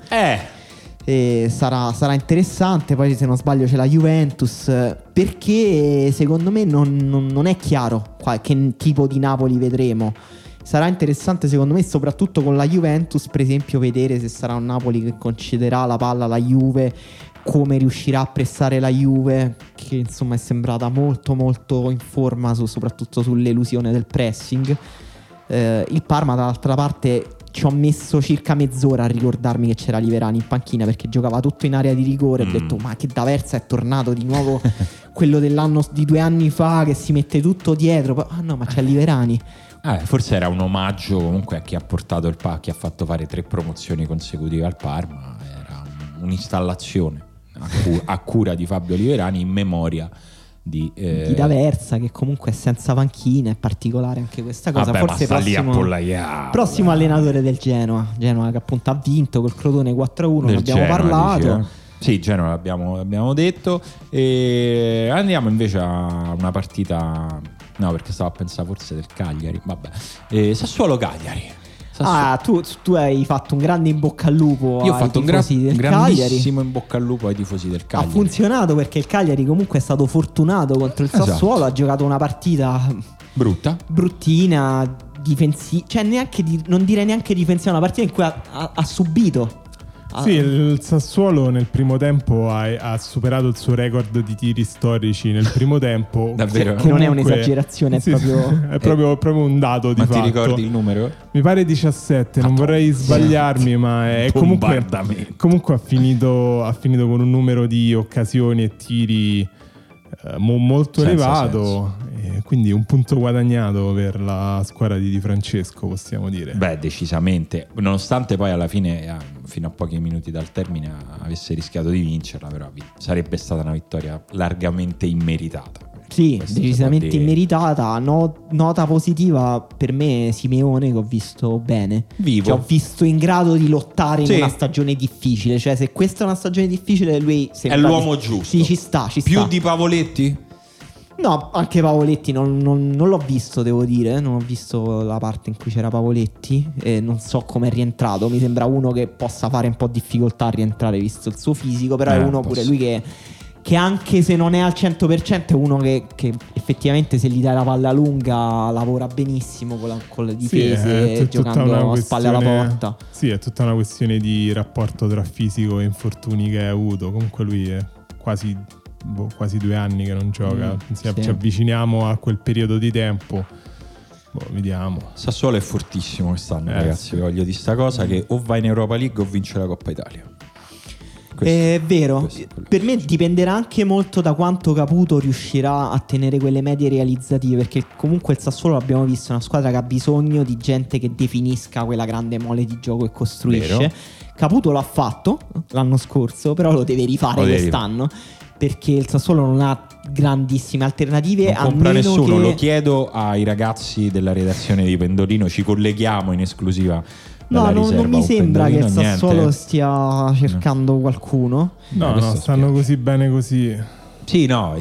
sarà interessante. Poi, se non sbaglio, c'è la Juventus, perché secondo me non è chiaro che tipo di Napoli vedremo. Sarà interessante secondo me, soprattutto con la Juventus, per esempio, vedere se sarà un Napoli che concederà la palla alla Juve, come riuscirà a pressare la Juve, che insomma è sembrata molto molto in forma soprattutto sull'elusione del pressing. Il Parma, dall'altra parte, ci ho messo circa mezz'ora a ricordarmi che c'era Liverani in panchina, perché giocava tutto in area di rigore. Ho detto ma che D'Aversa è tornato di nuovo quello di 2 anni fa, che si mette tutto dietro. No, ma c'è Liverani. Forse era un omaggio comunque a chi ha portato chi ha fatto fare 3 promozioni consecutive al Parma. Era un'installazione a cura di Fabio Liverani, in memoria di D'Aversa, che comunque è senza panchina. È particolare anche questa cosa. Forse ma sta lì a prossimo allenatore del Genoa, che appunto ha vinto col Crotone 4-1. Ne abbiamo parlato. Sì, Genoa l'abbiamo detto. E andiamo invece a una partita. No, perché stavo a pensare forse del Cagliari. Vabbè. Sassuolo-Cagliari. Tu hai fatto un grande in bocca al lupo. Io ho fatto un grandissimo in bocca al lupo ai tifosi del Cagliari. Ha funzionato, perché il Cagliari comunque è stato fortunato contro il Sassuolo. Ha giocato una partita bruttina, difensiva, cioè non direi neanche difensiva, una partita in cui ha subito. Sì, il Sassuolo nel primo tempo ha superato il suo record di tiri storici nel primo tempo. Davvero? Che non è un'esagerazione, sì, è proprio un dato di Ma fatto. ti ricordi il numero? Mi pare 17, non vorrei sbagliarmi, ma è comunque ha finito con un numero di occasioni e tiri molto Senza elevato, quindi un punto guadagnato per la squadra di Di Francesco, possiamo dire. Beh, decisamente, nonostante poi alla fine, fino a pochi minuti dal termine, avesse rischiato di vincerla, però sarebbe stata una vittoria largamente immeritata. Sì, Questo decisamente si può dire. immeritata. Nota positiva per me Simeone, che ho visto bene. Vivo. Cioè, ho visto in grado di lottare in Sì. una stagione difficile. Cioè, se questa è una stagione difficile, lui È sembra l'uomo giusto. Sì, ci sta. Più di Pavoletti? No, anche Pavoletti non l'ho visto, devo dire. Non ho visto la parte in cui c'era Pavoletti e non so come è rientrato. Mi sembra uno che possa fare un po' difficoltà a rientrare visto il suo fisico. Però è uno pure lui che anche se non è al 100% è uno che effettivamente, se gli dai la palla lunga, lavora benissimo con le difese, è tutta giocando una a spalle alla porta. Sì, è tutta una questione di rapporto tra fisico e infortuni che hai avuto. Comunque lui è quasi 2 anni che non gioca. Ci avviciniamo a quel periodo di tempo. Vediamo. Sassuolo è fortissimo quest'anno, ragazzi. Vi voglio di sta cosa, che o va in Europa League o vince la Coppa Italia. È vero, per me dipenderà anche molto da quanto Caputo riuscirà a tenere quelle medie realizzative, perché comunque il Sassuolo, l'abbiamo visto, è una squadra che ha bisogno di gente che definisca quella grande mole di gioco e costruisce. Vero. Caputo l'ha fatto l'anno scorso, però lo deve rifare quest'anno, perché il Sassuolo non ha grandissime alternative. Non compra a meno nessuno, che... lo chiedo ai ragazzi della redazione di Pendolino, ci colleghiamo in esclusiva. No, non mi sembra che il Sassuolo niente. stia cercando qualcuno. No, stanno così bene così. Sì, no,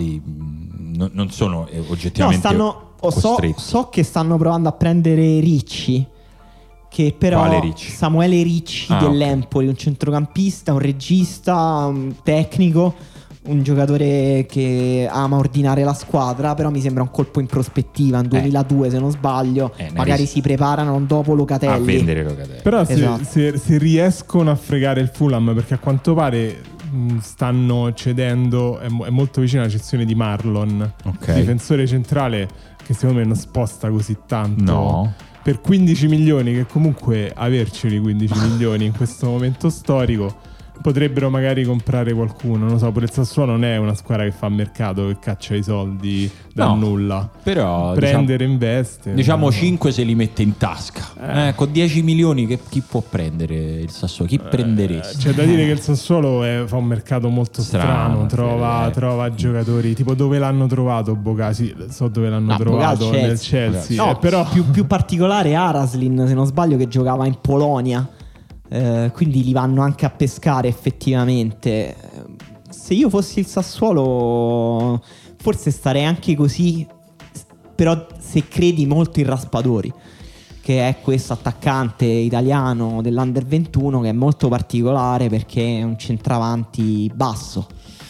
non sono oggettivamente costretti. So che stanno provando a prendere Ricci, che però Quale Ricci? Samuele Ricci dell'Empoli, un centrocampista, un regista, un tecnico, un giocatore che ama ordinare la squadra, però mi sembra un colpo in prospettiva, in 2002 se non sbaglio, magari si preparano dopo Locatelli. A vendere Locatelli. Però Esatto. se riescono a fregare il Fulham, perché a quanto pare stanno cedendo, è molto vicino alla cessione di Marlon, difensore centrale, che secondo me non sposta così tanto. No. Per 15 milioni, che comunque averceli 15 milioni in questo momento storico, potrebbero magari comprare qualcuno. Non lo so, pure il Sassuolo non è una squadra che fa mercato, che caccia i soldi da nulla. Però prendere, investe. Diciamo 5 se li mette in tasca. Con 10 milioni chi può prendere il Sassuolo? Chi prenderesti? C'è da dire che il Sassuolo fa un mercato molto strano. Trova giocatori tipo, dove l'hanno trovato Bocasi? So dove l'hanno trovato, nel Chelsea. No, però più particolare Araslin, se non sbaglio, che giocava in Polonia. Quindi li vanno anche a pescare effettivamente. Se io fossi il Sassuolo forse starei anche così, però se credi molto in Raspadori, che è questo attaccante italiano dell'Under 21 che è molto particolare perché è un centravanti basso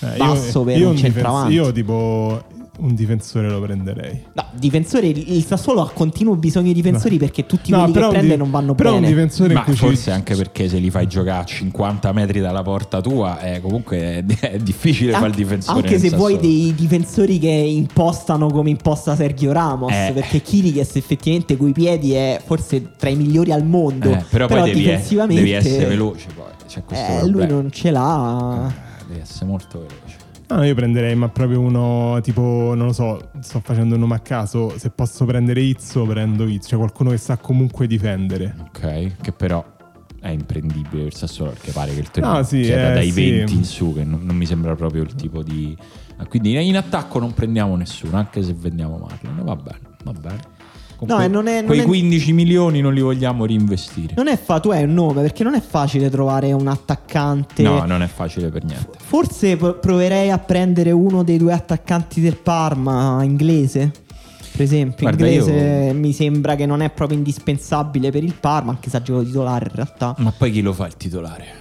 per un centravanti. Io tipo un difensore lo prenderei. No, difensore, il Sassuolo ha continuo bisogno di difensori perché tutti quelli che prende non vanno però bene. Un difensore ma forse anche perché se li fai giocare a 50 metri dalla porta tua, comunque è difficile fare il difensore. Anche se vuoi dei difensori che impostano come imposta Sergio Ramos, perché Chiriches effettivamente coi piedi è forse tra i migliori al mondo. Però poi difensivamente devi essere veloce, poi c'è questo lui non ce l'ha. Devi essere molto veloce. No, io prenderei, ma proprio uno tipo, non lo so, sto facendo un nome a caso. Se posso prendere Izzo, prendo Izzo, cioè qualcuno che sa comunque difendere. Ok, che però è imprendibile per Sassuolo, perché pare che il Torino sia dai 20 in su, che non mi sembra proprio il tipo di... Quindi in attacco non prendiamo nessuno, anche se vendiamo Marlon. Va bene. Quei 15 milioni non li vogliamo reinvestire. Tu hai un nome, perché non è facile trovare un attaccante. No, non è facile per niente. Forse proverei a prendere uno dei 2 attaccanti del Parma, inglese. Per esempio, Guarda, inglese mi sembra che non è proprio indispensabile per il Parma, anche se ha giocato titolare in realtà. Ma poi chi lo fa il titolare?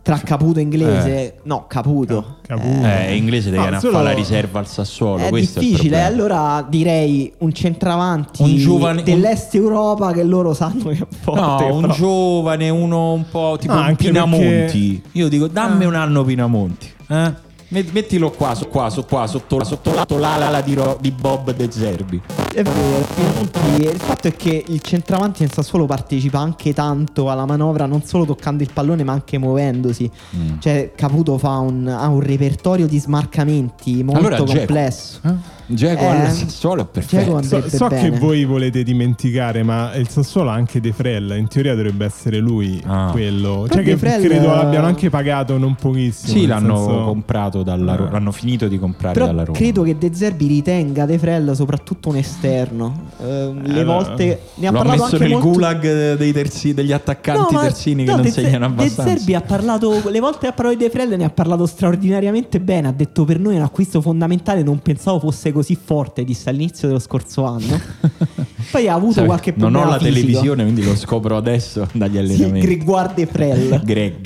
tra Caputo e Inglese, no, Caputo. Inglese deve andare a fare la riserva al Sassuolo. È questo difficile, è il allora direi un centravanti un giovane, dell'est Europa che loro sanno che è forte. No, un giovane, uno un po' tipo un Pinamonti. Perché... Io dico, dammi un anno Pinamonti. Mettilo sotto l'ala di Bob De Zerbi. È vero, il fatto è che il centravanti nel Sassuolo partecipa anche tanto alla manovra, non solo toccando il pallone ma anche muovendosi. Cioè Caputo ha un repertorio di smarcamenti molto complesso. Dzeko al Sassuolo è perfetto. So che voi volete dimenticare, ma il Sassuolo ha anche De Frel. In teoria dovrebbe essere lui quello. Cioè che credo l'abbiano anche pagato non pochissimo. Sì, l'hanno comprato dalla Roma. L'hanno finito di comprare dalla Roma. Credo che De Zerbi ritenga De Frel soprattroppo un esterno. Le volte ne ha parlato messo anche nel molto... gulag degli attaccanti terzini che non segnano abbastanza. De Zerbi ha parlato, le volte ha parlato di De Frel ne ha parlato straordinariamente bene. Ha detto per noi è un acquisto fondamentale, non pensavo fosse così forte, disse all'inizio dello scorso anno. Poi ha avuto qualche problema. Non ho la fisico. Televisione, quindi lo scopro adesso dagli allenamenti. Grégoire De Frel.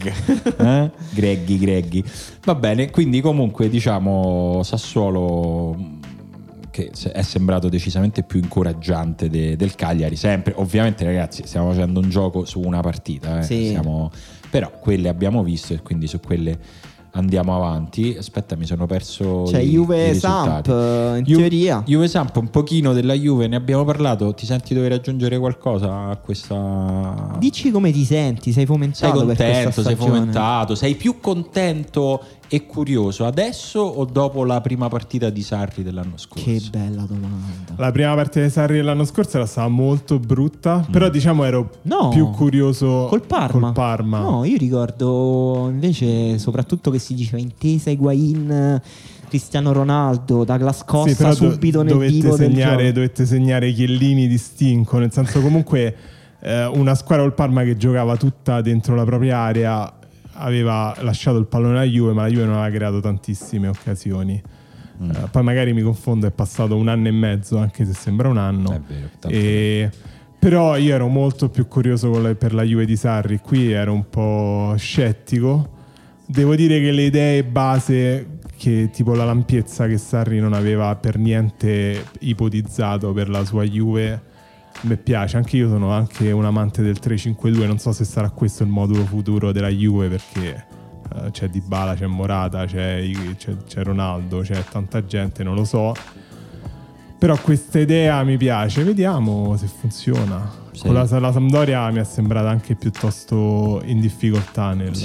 Greggy. Va bene, quindi comunque diciamo Sassuolo che è sembrato decisamente più incoraggiante del Cagliari, sempre. Ovviamente ragazzi stiamo facendo un gioco su una partita, sì. Però quelle abbiamo visto e quindi su quelle andiamo avanti. Aspetta, mi sono perso. Cioè Juve Samp in teoria. Juve Samp, un pochino della Juve ne abbiamo parlato. Ti senti dover aggiungere qualcosa a questa? Dici come ti senti? Sei fomentato? Sei contento? Per questa sei stagione? fomentato? Sei più contento e curioso adesso o dopo la prima partita di Sarri dell'anno scorso? Che bella domanda. La prima partita di Sarri dell'anno scorso era stata molto brutta, però diciamo ero più curioso col Parma. No, io ricordo invece soprattutto che si diceva intesa Higuain, Cristiano Ronaldo, Douglas Costa subito nel vivo del gioco. Dovette segnare Chiellini di stinco, nel senso comunque una squadra col Parma che giocava tutta dentro la propria area aveva lasciato il pallone alla Juve, ma la Juve non aveva creato tantissime occasioni. Poi magari mi confondo, è passato un anno e mezzo, anche se sembra un anno. È vero, però io ero molto più curioso per la Juve di Sarri, qui ero un po' scettico. Devo dire che le idee base, che tipo la lampiezza che Sarri non aveva per niente ipotizzato per la sua Juve, mi piace. Anche io sono anche un amante del 3-5-2, non so se sarà questo il modulo futuro della Juve, perché c'è Dybala, c'è Morata, c'è Ronaldo, c'è tanta gente, non lo so. Però questa idea mi piace, vediamo se funziona. Sì. Con la Sampdoria mi è sembrata anche piuttosto in difficoltà nel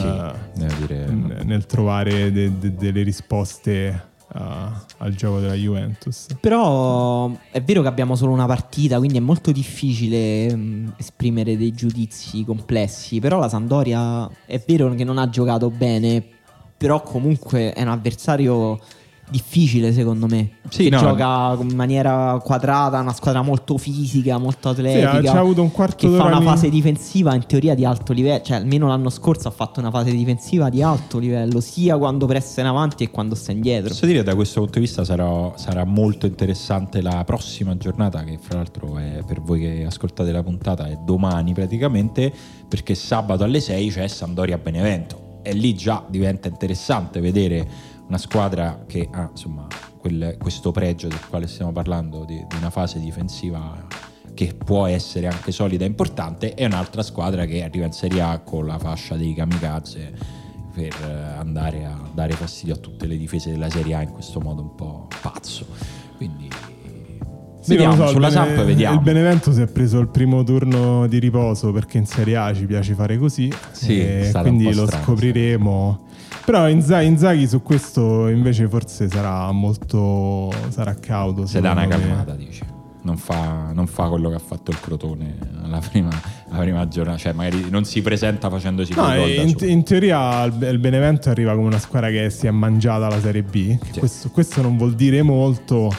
trovare delle risposte al gioco della Juventus. Però è vero che abbiamo solo una partita, quindi è molto difficile esprimere dei giudizi complessi. Però la Sampdoria è vero che non ha giocato bene, però comunque è un avversario difficile secondo me, gioca in maniera quadrata, una squadra molto fisica, molto atletica, c'ha avuto un quarto che d'ora fa una fase difensiva in teoria di alto livello, cioè almeno l'anno scorso ha fatto una fase difensiva di alto livello sia quando pressa in avanti che quando sta indietro. Posso dire, da questo punto di vista sarà molto interessante la prossima giornata, che fra l'altro è, per voi che ascoltate la puntata, è domani praticamente, perché sabato alle 6 c'è Sampdoria Benevento e lì già diventa interessante vedere una squadra che ha insomma questo pregio del quale stiamo parlando, di una fase difensiva che può essere anche solida e importante, e un'altra squadra che arriva in Serie A con la fascia dei kamikaze per andare a dare fastidio a tutte le difese della Serie A in questo modo un po' pazzo. Quindi vediamo, sulla Samp vediamo. Il Benevento si è preso il primo turno di riposo perché in Serie A ci piace fare così, quindi lo scopriremo. Però Inzaghi su questo invece forse sarà cauto. Se dà una calmata, dice. Non fa quello che ha fatto il Crotone alla prima giornata, cioè magari non si presenta facendosi no, in teoria il Benevento arriva come una squadra che si è mangiata la Serie B. Sì. Questo non vuol dire molto,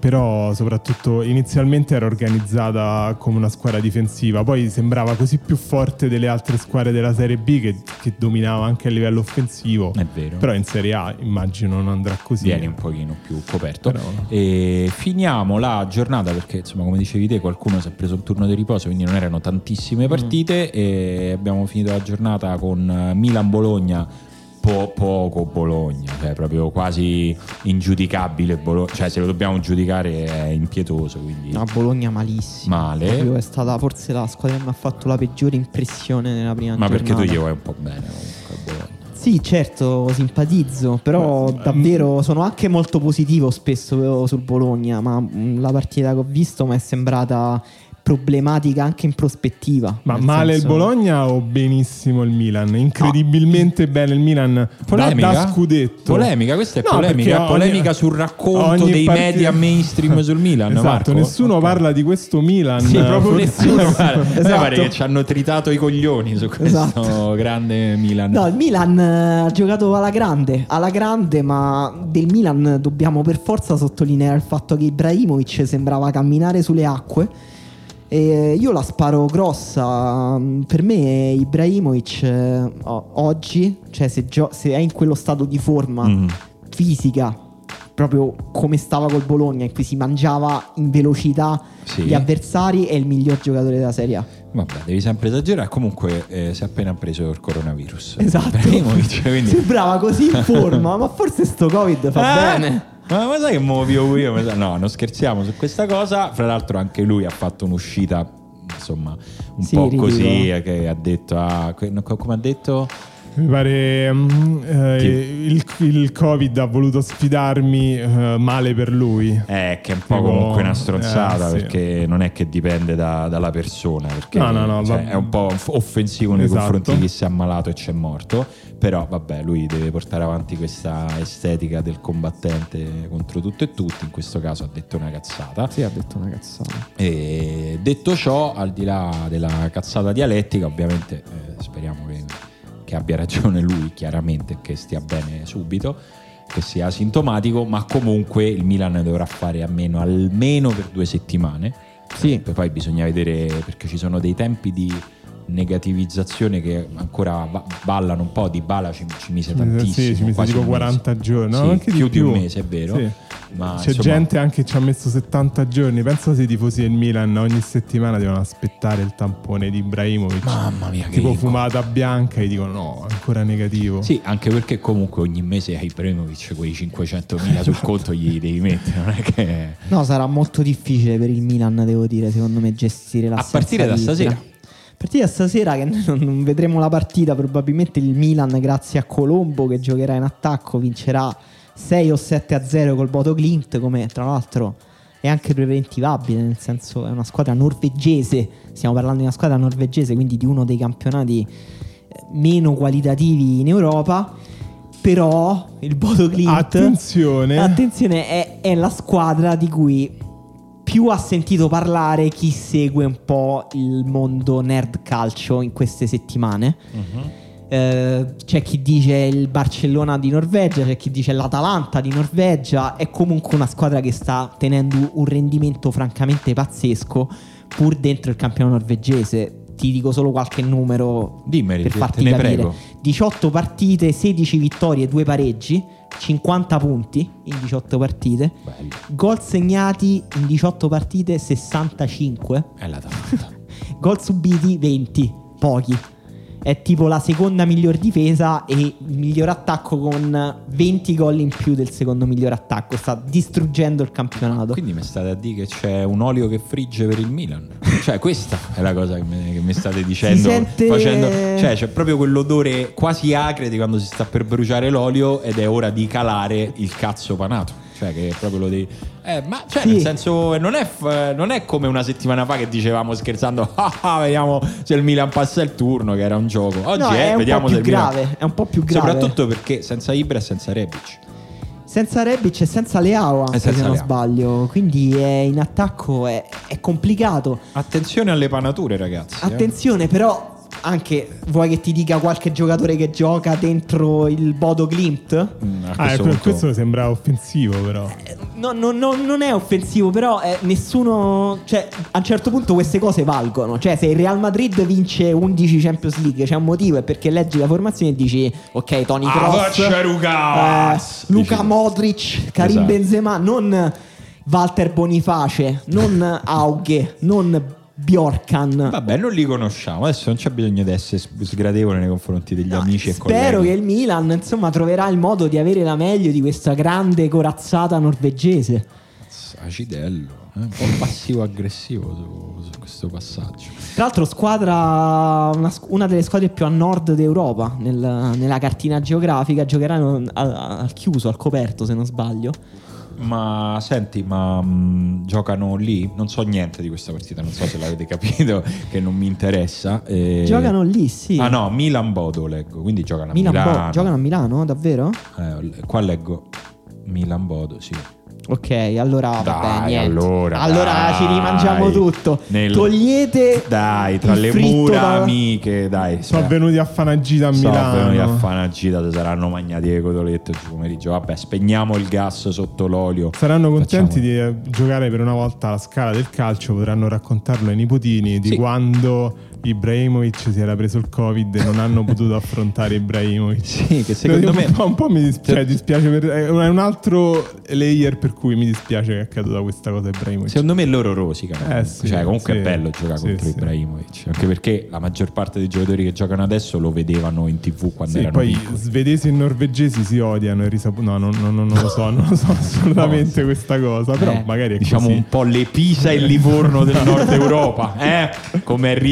però soprattutto inizialmente era organizzata come una squadra difensiva, poi sembrava così più forte delle altre squadre della Serie B che dominava anche a livello offensivo. È vero. Però in Serie A immagino non andrà così. Viene un pochino più coperto. Però... E finiamo la giornata perché insomma, come dicevi te, qualcuno si è preso un turno di riposo, quindi non erano tantissime partite e abbiamo finito la giornata con Milan-Bologna. Poco Bologna, cioè proprio quasi ingiudicabile cioè se lo dobbiamo giudicare è impietoso, quindi no, Bologna malissimo, male. proprio è stata forse la squadra che mi ha fatto la peggiore impressione nella prima giornata. Ma perché tu gli vuoi un po' bene comunque a Bologna? Sì, certo, simpatizzo, però davvero sono anche molto positivo spesso sul Bologna, ma la partita che ho visto mi è sembrata problematica anche in prospettiva. Ma male il Bologna o benissimo il Milan? Incredibilmente bene il Milan da scudetto. Polemica, questa è polemica sul racconto dei media mainstream sul Milan. Esatto, Marco. Nessuno parla di questo Milan. Sì, proprio nessuno. Esatto. Pare che ci hanno tritato i coglioni su questo grande Milan. No, il Milan ha giocato alla grande, ma del Milan dobbiamo per forza sottolineare il fatto che Ibrahimovic sembrava camminare sulle acque. E io la sparo grossa. Per me Ibrahimovic oggi, cioè se è in quello stato di forma fisica, proprio come stava col Bologna, in cui si mangiava in velocità gli avversari, è il miglior giocatore della Serie A. Vabbè, devi sempre esagerare. Comunque si è appena preso il coronavirus. Esatto. Quindi... sembrava così in forma, ma forse sto Covid fa bene. Ma sai che muovo io? No, non scherziamo su questa cosa. Fra l'altro anche lui ha fatto un'uscita, insomma, un po' ridicolo. Così, che ha detto come ha detto? Mi pare il Covid ha voluto sfidarmi, male per lui. Che è un po' comunque una stronzata, perché non è che dipende dalla persona, perché è un po' offensivo nei confronti di chi si è ammalato e c'è morto. Però vabbè, lui deve portare avanti questa estetica del combattente contro tutto e tutti. In questo caso ha detto una cazzata. Sì, ha detto una cazzata. E detto ciò, al di là della cazzata dialettica, ovviamente speriamo che abbia ragione lui, chiaramente, che stia bene subito, che sia asintomatico, ma comunque il Milan dovrà fare almeno per 2 settimane. Sì. Poi bisogna vedere, perché ci sono dei tempi di negativizzazione che ancora ballano un po'. Dybala ci mise tantissimo, sì, ci mise tipo 40 giorni, no? Sì, anche più di un mese, è vero. Sì. Ma c'è gente anche che ci ha messo 70 giorni. Pensa se i tifosi del Milan ogni settimana devono aspettare il tampone di Ibrahimovic. Mamma mia, tipo fumata bianca, e dicono no, ancora negativo. Sì, anche perché comunque ogni mese hai Ibrahimovic quei 500.000 sul conto gli devi mettere, non è che... No, sarà molto difficile per il Milan, devo dire, secondo me, gestire la a partire da stasera. A partire da stasera, che non vedremo la partita, probabilmente il Milan, grazie a Colombo che giocherà in attacco, vincerà 6 o 7-0 col Bodo Glimt, come tra l'altro è anche preventivabile, nel senso è una squadra norvegese, stiamo parlando di una squadra norvegese, quindi di uno dei campionati meno qualitativi in Europa. Però il Bodo Glimt, attenzione, è la squadra di cui più ha sentito parlare chi segue un po' il mondo nerd calcio in queste settimane. C'è chi dice il Barcellona di Norvegia, c'è chi dice l'Atalanta di Norvegia. È comunque una squadra che sta tenendo un rendimento francamente pazzesco pur dentro il campionato norvegese. Ti dico solo qualche numero per farti capire. Prego. 18 partite, 16 vittorie, 2 pareggi, 50 punti in 18 partite. Bello. Gol segnati in 18 partite 65. È l'Atalanta. Gol subiti 20, pochi. È tipo la seconda miglior difesa e il miglior attacco, con 20 gol in più del secondo miglior attacco. Sta distruggendo il campionato. Quindi mi state a dire che c'è un olio che frigge per il Milan? Cioè questa è la cosa che mi state dicendo. Si sente... Cioè c'è proprio quell'odore quasi acre di quando si sta per bruciare l'olio ed è ora di calare il cazzo panato. Cioè che proprio lo devi... ma cioè sì. Nel senso non è come una settimana fa che dicevamo scherzando vediamo se il Milan passa il turno, che era un gioco. Oggi vediamo se il Milan... È un po' più grave. Soprattutto perché senza Ibra e senza Rebic. Senza Rebic e senza Leao anche, se non sbaglio. Quindi in attacco è complicato. Attenzione alle panature, ragazzi. Attenzione, però anche vuoi che ti dica qualche giocatore che gioca dentro il Bodo Glimt? Questo sembra offensivo, però. non è offensivo, però nessuno, cioè a un certo punto queste cose valgono. Cioè se il Real Madrid vince 11 Champions League c'è un motivo, è perché leggi la formazione e dici ok, Toni Kroos, Luka Modric, Karim Benzema, non Walter Boniface, non Aughe, non Bjorkan. Vabbè, non li conosciamo. Adesso non c'è bisogno di essere sgradevole nei confronti degli amici e colleghi. Spero che il Milan, insomma, troverà il modo di avere la meglio di questa grande corazzata norvegese. Acidello, un po' passivo-aggressivo su questo passaggio. Tra l'altro squadra, una delle squadre più a nord d'Europa nella cartina geografica. Giocheranno al chiuso, al coperto, se non sbaglio. Ma senti, giocano lì? Non so niente di questa partita, non so se l'avete capito, che non mi interessa. Giocano lì, sì. Ah no, Milan-Bodo leggo, quindi giocano a Milano. Giocano a Milano, davvero? Qua leggo Milan-Bodo, sì. Ok, allora vabbè, niente. Allora ci rimangiamo tutto. Togliete dai, tra le mura amiche, dai. Sono venuti a Fanagita a Milano. Sono venuti a Fanagita, si saranno mangiati le cotolette oggi pomeriggio. Vabbè, spegniamo il gas sotto l'olio. Saranno contenti di giocare per una volta alla Scala del calcio. Potranno raccontarlo ai nipotini di quando Ibrahimovic si era preso il Covid e non hanno potuto affrontare Ibrahimovic. Sì, che secondo me un po' mi dispiace è un altro layer per cui mi dispiace che è accaduta questa cosa Ibrahimovic. Secondo me loro rosicano. Sì, cioè comunque sì, è bello giocare contro Ibrahimovic, anche perché la maggior parte dei giocatori che giocano adesso lo vedevano in TV quando erano poi piccoli. Svedesi e norvegesi si odiano non lo so assolutamente questa cosa, però magari è diciamo così. un po' le Pisa e Livorno del nord Europa, come è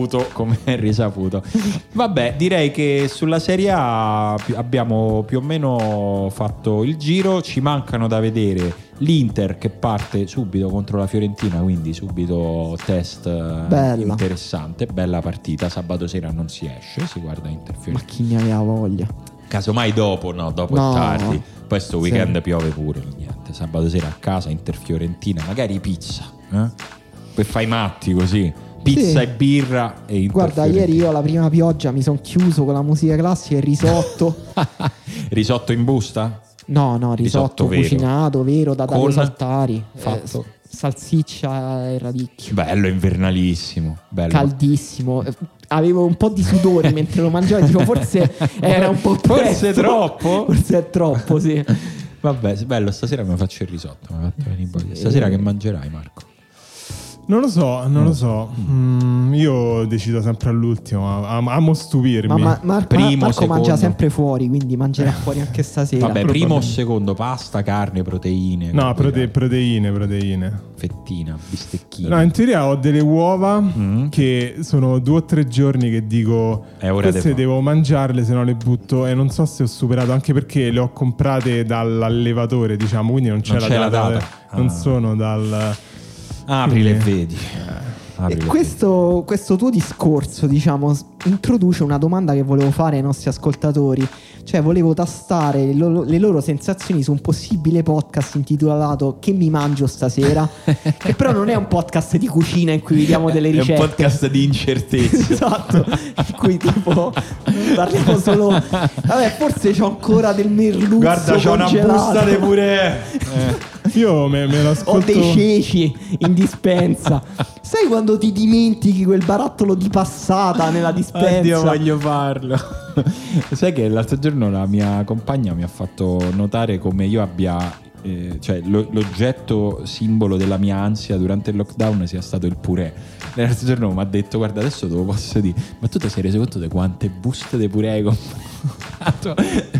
risaputo. Vabbè, direi che sulla Serie A abbiamo più o meno fatto il giro. Ci mancano da vedere l'Inter che parte subito contro la Fiorentina, quindi subito test interessante, bella partita. Sabato sera non si esce, si guarda Inter-Fiorentina. Ma chi ne aveva voglia? Casomai dopo è tardi. Poi sto weekend piove pure, niente. Sabato sera a casa Inter-Fiorentina, magari pizza, per fai matti così. Pizza e birra e guarda, ieri io alla prima pioggia mi sono chiuso con la musica classica e risotto. Risotto in busta? No, risotto cucinato, vero, da Dario Saltari, fatto. Salsiccia e radicchio. Bello, invernalissimo, bello. Caldissimo. Avevo un po' di sudore mentre lo mangiavo, dicevo forse era un po' forse troppo? Forse è troppo, sì. Vabbè, bello, stasera mi faccio il risotto. Stasera che mangerai, Marco? Non lo so. Io decido sempre all'ultimo. Amo stupirmi. Ma Marco mangia sempre fuori, quindi mangerà fuori anche stasera. Vabbè, primo o secondo? Pasta, carne, proteine? No, proteine. Fettina, bistecchina. No, in teoria ho delle uova che sono 2 o 3 giorni che dico queste devo mangiarle, se no le butto. E non so se ho superato, anche perché le ho comprate dall'allevatore, diciamo, quindi non c'è la data. Non sono dal... Apri e vedi. Questo tuo discorso, diciamo, introduce una domanda che volevo fare ai nostri ascoltatori. Cioè volevo tastare le loro sensazioni su un possibile podcast intitolato Che mi mangio stasera, che però non è un podcast di cucina in cui vediamo delle ricette. È un podcast di incertezza. Esatto, in cui tipo parliamo solo vabbè, forse c'ho ancora del merluzzo. Guarda, c'ho una busta di purè. Io me lo ascolto. Ho dei ceci in dispensa. Sai quando ti dimentichi quel barattolo di passata nella dispensa? Oddio, voglio farlo. Sai che l'altro giorno la mia compagna mi ha fatto notare come io abbia cioè l'oggetto simbolo della mia ansia durante il lockdown sia stato il purè. L'altro giorno mi ha detto: guarda, adesso te lo posso dire, ma tu ti sei reso conto di quante buste di purè hai comprato?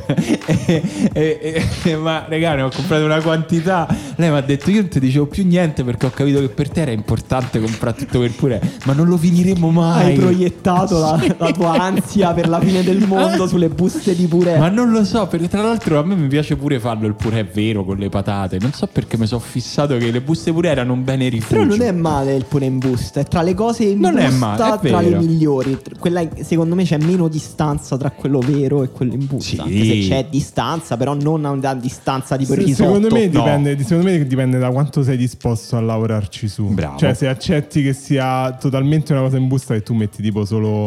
Ma raga, ne ho comprato una quantità. Lei mi ha detto: io non ti dicevo più niente perché ho capito che per te era importante comprare tutto quel purè, ma non lo finiremo mai. Hai proiettato la tua ansia per la fine del mondo sulle buste di purè. Ma non lo so, perché tra l'altro a me mi piace pure farlo il purè vero con le patate. Non so perché mi sono fissato che le buste purè erano un bene rifugio. Però non è male il purè in busta, è tra le cose in non busta, è male, è tra le migliori. Quella, secondo me, c'è meno distanza tra quello vero e quello in busta. Sì. Anche se c'è distanza, però non a una distanza di risotto. Secondo me dipende da quanto sei disposto a lavorarci su. Bravo. Cioè, se accetti che sia totalmente una cosa in busta che tu metti tipo solo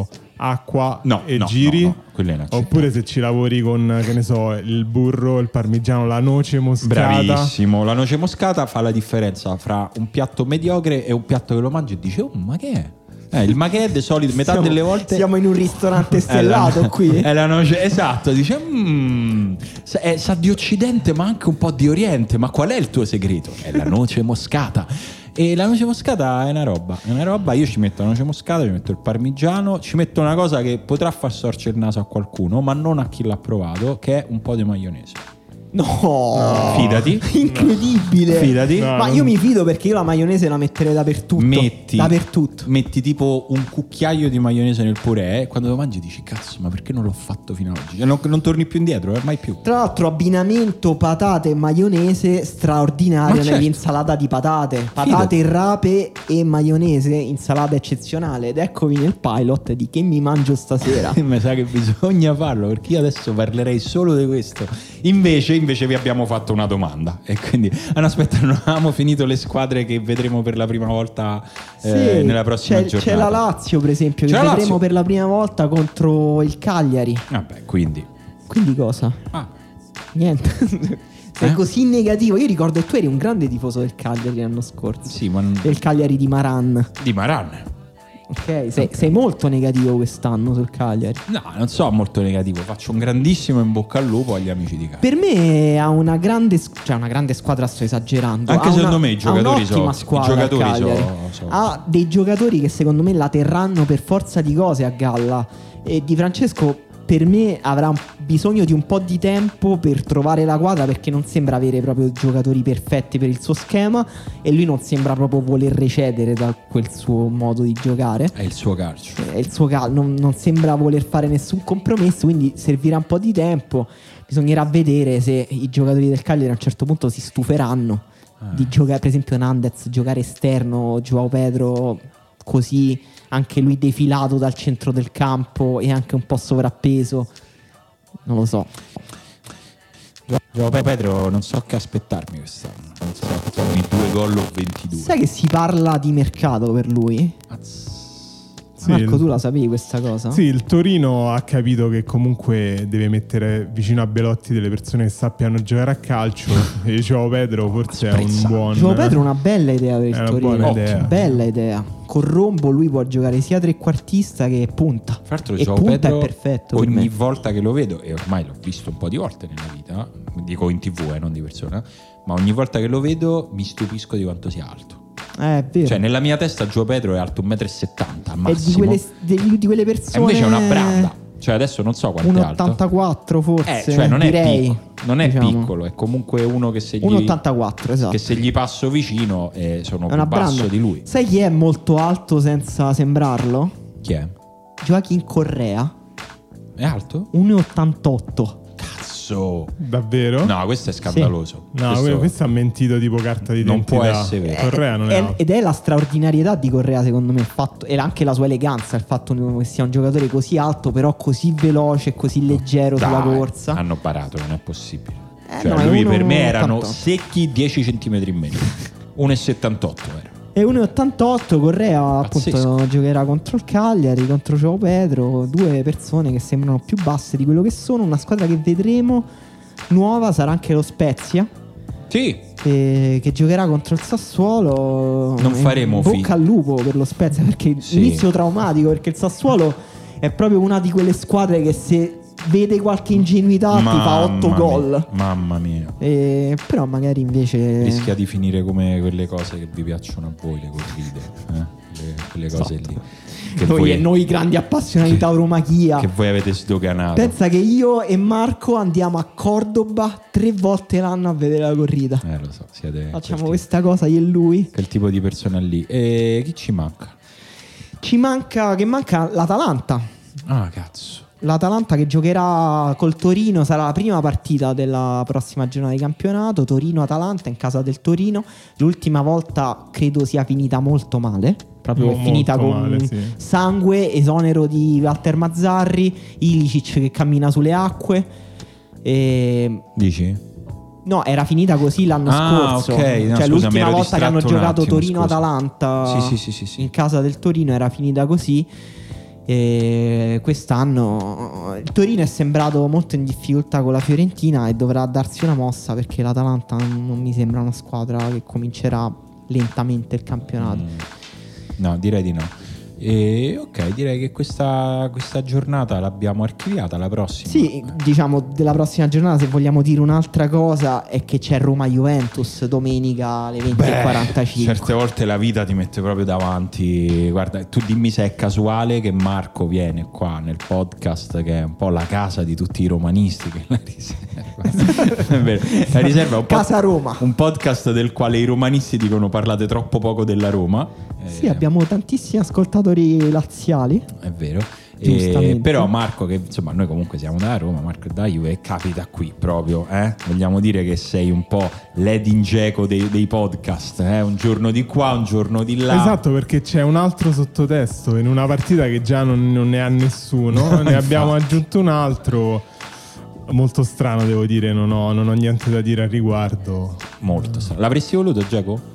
acqua No, e no, giri. no, quello è inaccettabile. Oppure se ci lavori con, che ne so, il burro, il parmigiano, la noce moscata. Bravissimo, la noce moscata fa la differenza fra un piatto mediocre e un piatto che lo mangi e dici oh ma che è? Il ma che è di solito metà delle volte siamo in un ristorante stellato qui. È la noce, esatto, dice sa di occidente ma anche un po' di oriente, ma qual è il tuo segreto? È la noce moscata. E la noce moscata è una roba, io ci metto la noce moscata, ci metto il parmigiano, ci metto una cosa che potrà far storcere il naso a qualcuno, ma non a chi l'ha provato, che è un po' di maionese. No, Fidati. Incredibile. Fidati. No, Ma io mi fido perché io la maionese la metterei dappertutto. Dappertutto. Metti tipo un cucchiaio di maionese nel purè e quando lo mangi dici cazzo ma perché non l'ho fatto fino ad oggi? Cioè, non torni più indietro, mai più. Tra l'altro abbinamento patate e maionese straordinario Ma certo. nell'insalata di patate rape e maionese, insalata eccezionale. Ed eccovi nel pilot di che mi mangio stasera. Mi sa che bisogna farlo perché io adesso parlerei solo di questo. Invece vi abbiamo fatto una domanda e quindi aspetta, non avevamo finito le squadre che vedremo per la prima volta nella prossima giornata. C'è la Lazio per esempio che vedremo per la prima volta contro il Cagliari. Vabbè, quindi cosa? Niente. Sei così negativo. Io ricordo che tu eri un grande tifoso del Cagliari l'anno scorso. Sì, ma del Cagliari di Maran. Ok, sei molto negativo quest'anno sul Cagliari. No, non so molto negativo. Faccio un grandissimo in bocca al lupo agli amici di casa. Per me ha una grande squadra, sto esagerando. Anche secondo me i giocatori sono ha dei giocatori che secondo me la terranno per forza di cose a galla. E Di Francesco per me avrà bisogno di un po' di tempo per trovare la quadra, perché non sembra avere proprio giocatori perfetti per il suo schema e lui non sembra proprio voler recedere da quel suo modo di giocare. È il suo calcio. Non sembra voler fare nessun compromesso, quindi servirà un po' di tempo. Bisognerà vedere se i giocatori del Cagliari a un certo punto si stuferanno di giocare, per esempio Nandez, giocare esterno, Joao Pedro così, anche lui defilato dal centro del campo e anche un po' sovrappeso. Non lo so. Joao Pedro non so che aspettarmi quest'anno. Non so, sono i 2 gol o 22. Sai che si parla di mercato per lui? Sì, Marco, tu la sapevi questa cosa? Sì, il Torino ha capito che comunque deve mettere vicino a Belotti delle persone che sappiano giocare a calcio e Joao Pedro forse è un buon... Joao Pedro è una bella idea per il Torino. Bella idea. Con Rombo lui può giocare sia trequartista che punta. Tra l'altro e Joao punta Pedro è perfetto ogni volta che lo vedo, e ormai l'ho visto un po' di volte nella vita, dico in TV non di persona, ma ogni volta che lo vedo mi stupisco di quanto sia alto. È vero. Cioè nella mia testa Joao Pedro è alto 1,70 m al massimo. È di quelle persone. E invece è una branda. Cioè adesso non so quanto è alto. 1,84 forse. Cioè non direi, è piccolo. Non è piccolo, è comunque uno che se gli 1,84, esatto. Che se gli passo vicino sono è una più basso branda di lui. Sai chi è molto alto senza sembrarlo? Chi è? Joaquin Correa. È alto? 1,88. Davvero? No, questo è scandaloso. Sì. No, questo ha mentito tipo carta d'identità. Non può essere vero. Correa non è alto. Ed è la straordinarietà di Correa secondo me, il fatto, e anche la sua eleganza, il fatto che sia un giocatore così alto però così veloce e così leggero sulla corsa. Hanno barato, non è possibile. Lui per me erano secchi 10 cm in meno. 1,78 era. E 1,88 Correa appunto giocherà contro il Cagliari, contro Joao Pedro, due persone che sembrano più basse di quello che sono. Una squadra che vedremo nuova sarà anche lo Spezia. Sì. Che giocherà contro il Sassuolo. Non faremo bocca al lupo per lo Spezia, perché inizio traumatico, perché il Sassuolo è proprio una di quelle squadre che se vede qualche ingenuità ti fa 8 gol. Mamma mia. Però magari invece rischia di finire come quelle cose che vi piacciono a voi, le corride, quelle cose lì che noi grandi appassionati di tauromachia che voi avete sdoganato. Pensa che io e Marco andiamo a Cordoba 3 volte l'anno a vedere la corrida. Lo so, facciamo questa cosa io e lui. Quel tipo di persona lì. E chi ci manca? Manca l'Atalanta. Ah, cazzo. L'Atalanta che giocherà col Torino, sarà la prima partita della prossima giornata di campionato. Torino-Atalanta in casa del Torino. L'ultima volta credo sia finita molto male. Proprio è finita con sangue, esonero di Walter Mazzarri, Ilicic che cammina sulle acque. Dici? No, era finita così l'anno scorso. Okay. No, cioè scusami, l'ultima volta che hanno giocato Torino-Atalanta sì. in casa del Torino era finita così. E quest'anno il Torino è sembrato molto in difficoltà con la Fiorentina e dovrà darsi una mossa, perché l'Atalanta non mi sembra una squadra che comincerà lentamente il campionato. No, direi di no. E ok, direi che questa giornata l'abbiamo archiviata. La prossima, sì, diciamo della prossima giornata, se vogliamo dire un'altra cosa, è che c'è Roma-Juventus domenica alle 20:45. Certe volte la vita ti mette proprio davanti. Guarda, tu dimmi se è casuale che Marco viene qua nel podcast, che è un po' la casa di tutti i romanisti, che è la riserva. È vero. La riserva è un Casa Roma, un podcast del quale i romanisti dicono parlate troppo poco della Roma. Sì, abbiamo tantissimi ascoltatori laziali. È vero. Giustamente. Però Marco, che insomma noi comunque siamo da Roma, Marco è da Juve, e capita qui proprio, vogliamo dire che sei un po' l'Edin Dzeko dei podcast, un giorno di qua, un giorno di là. Esatto, perché c'è un altro sottotesto in una partita che già non ne ha nessuno. Ne abbiamo aggiunto un altro molto strano, devo dire, non ho niente da dire al riguardo. Molto strano. L'avresti voluto, Dzeko?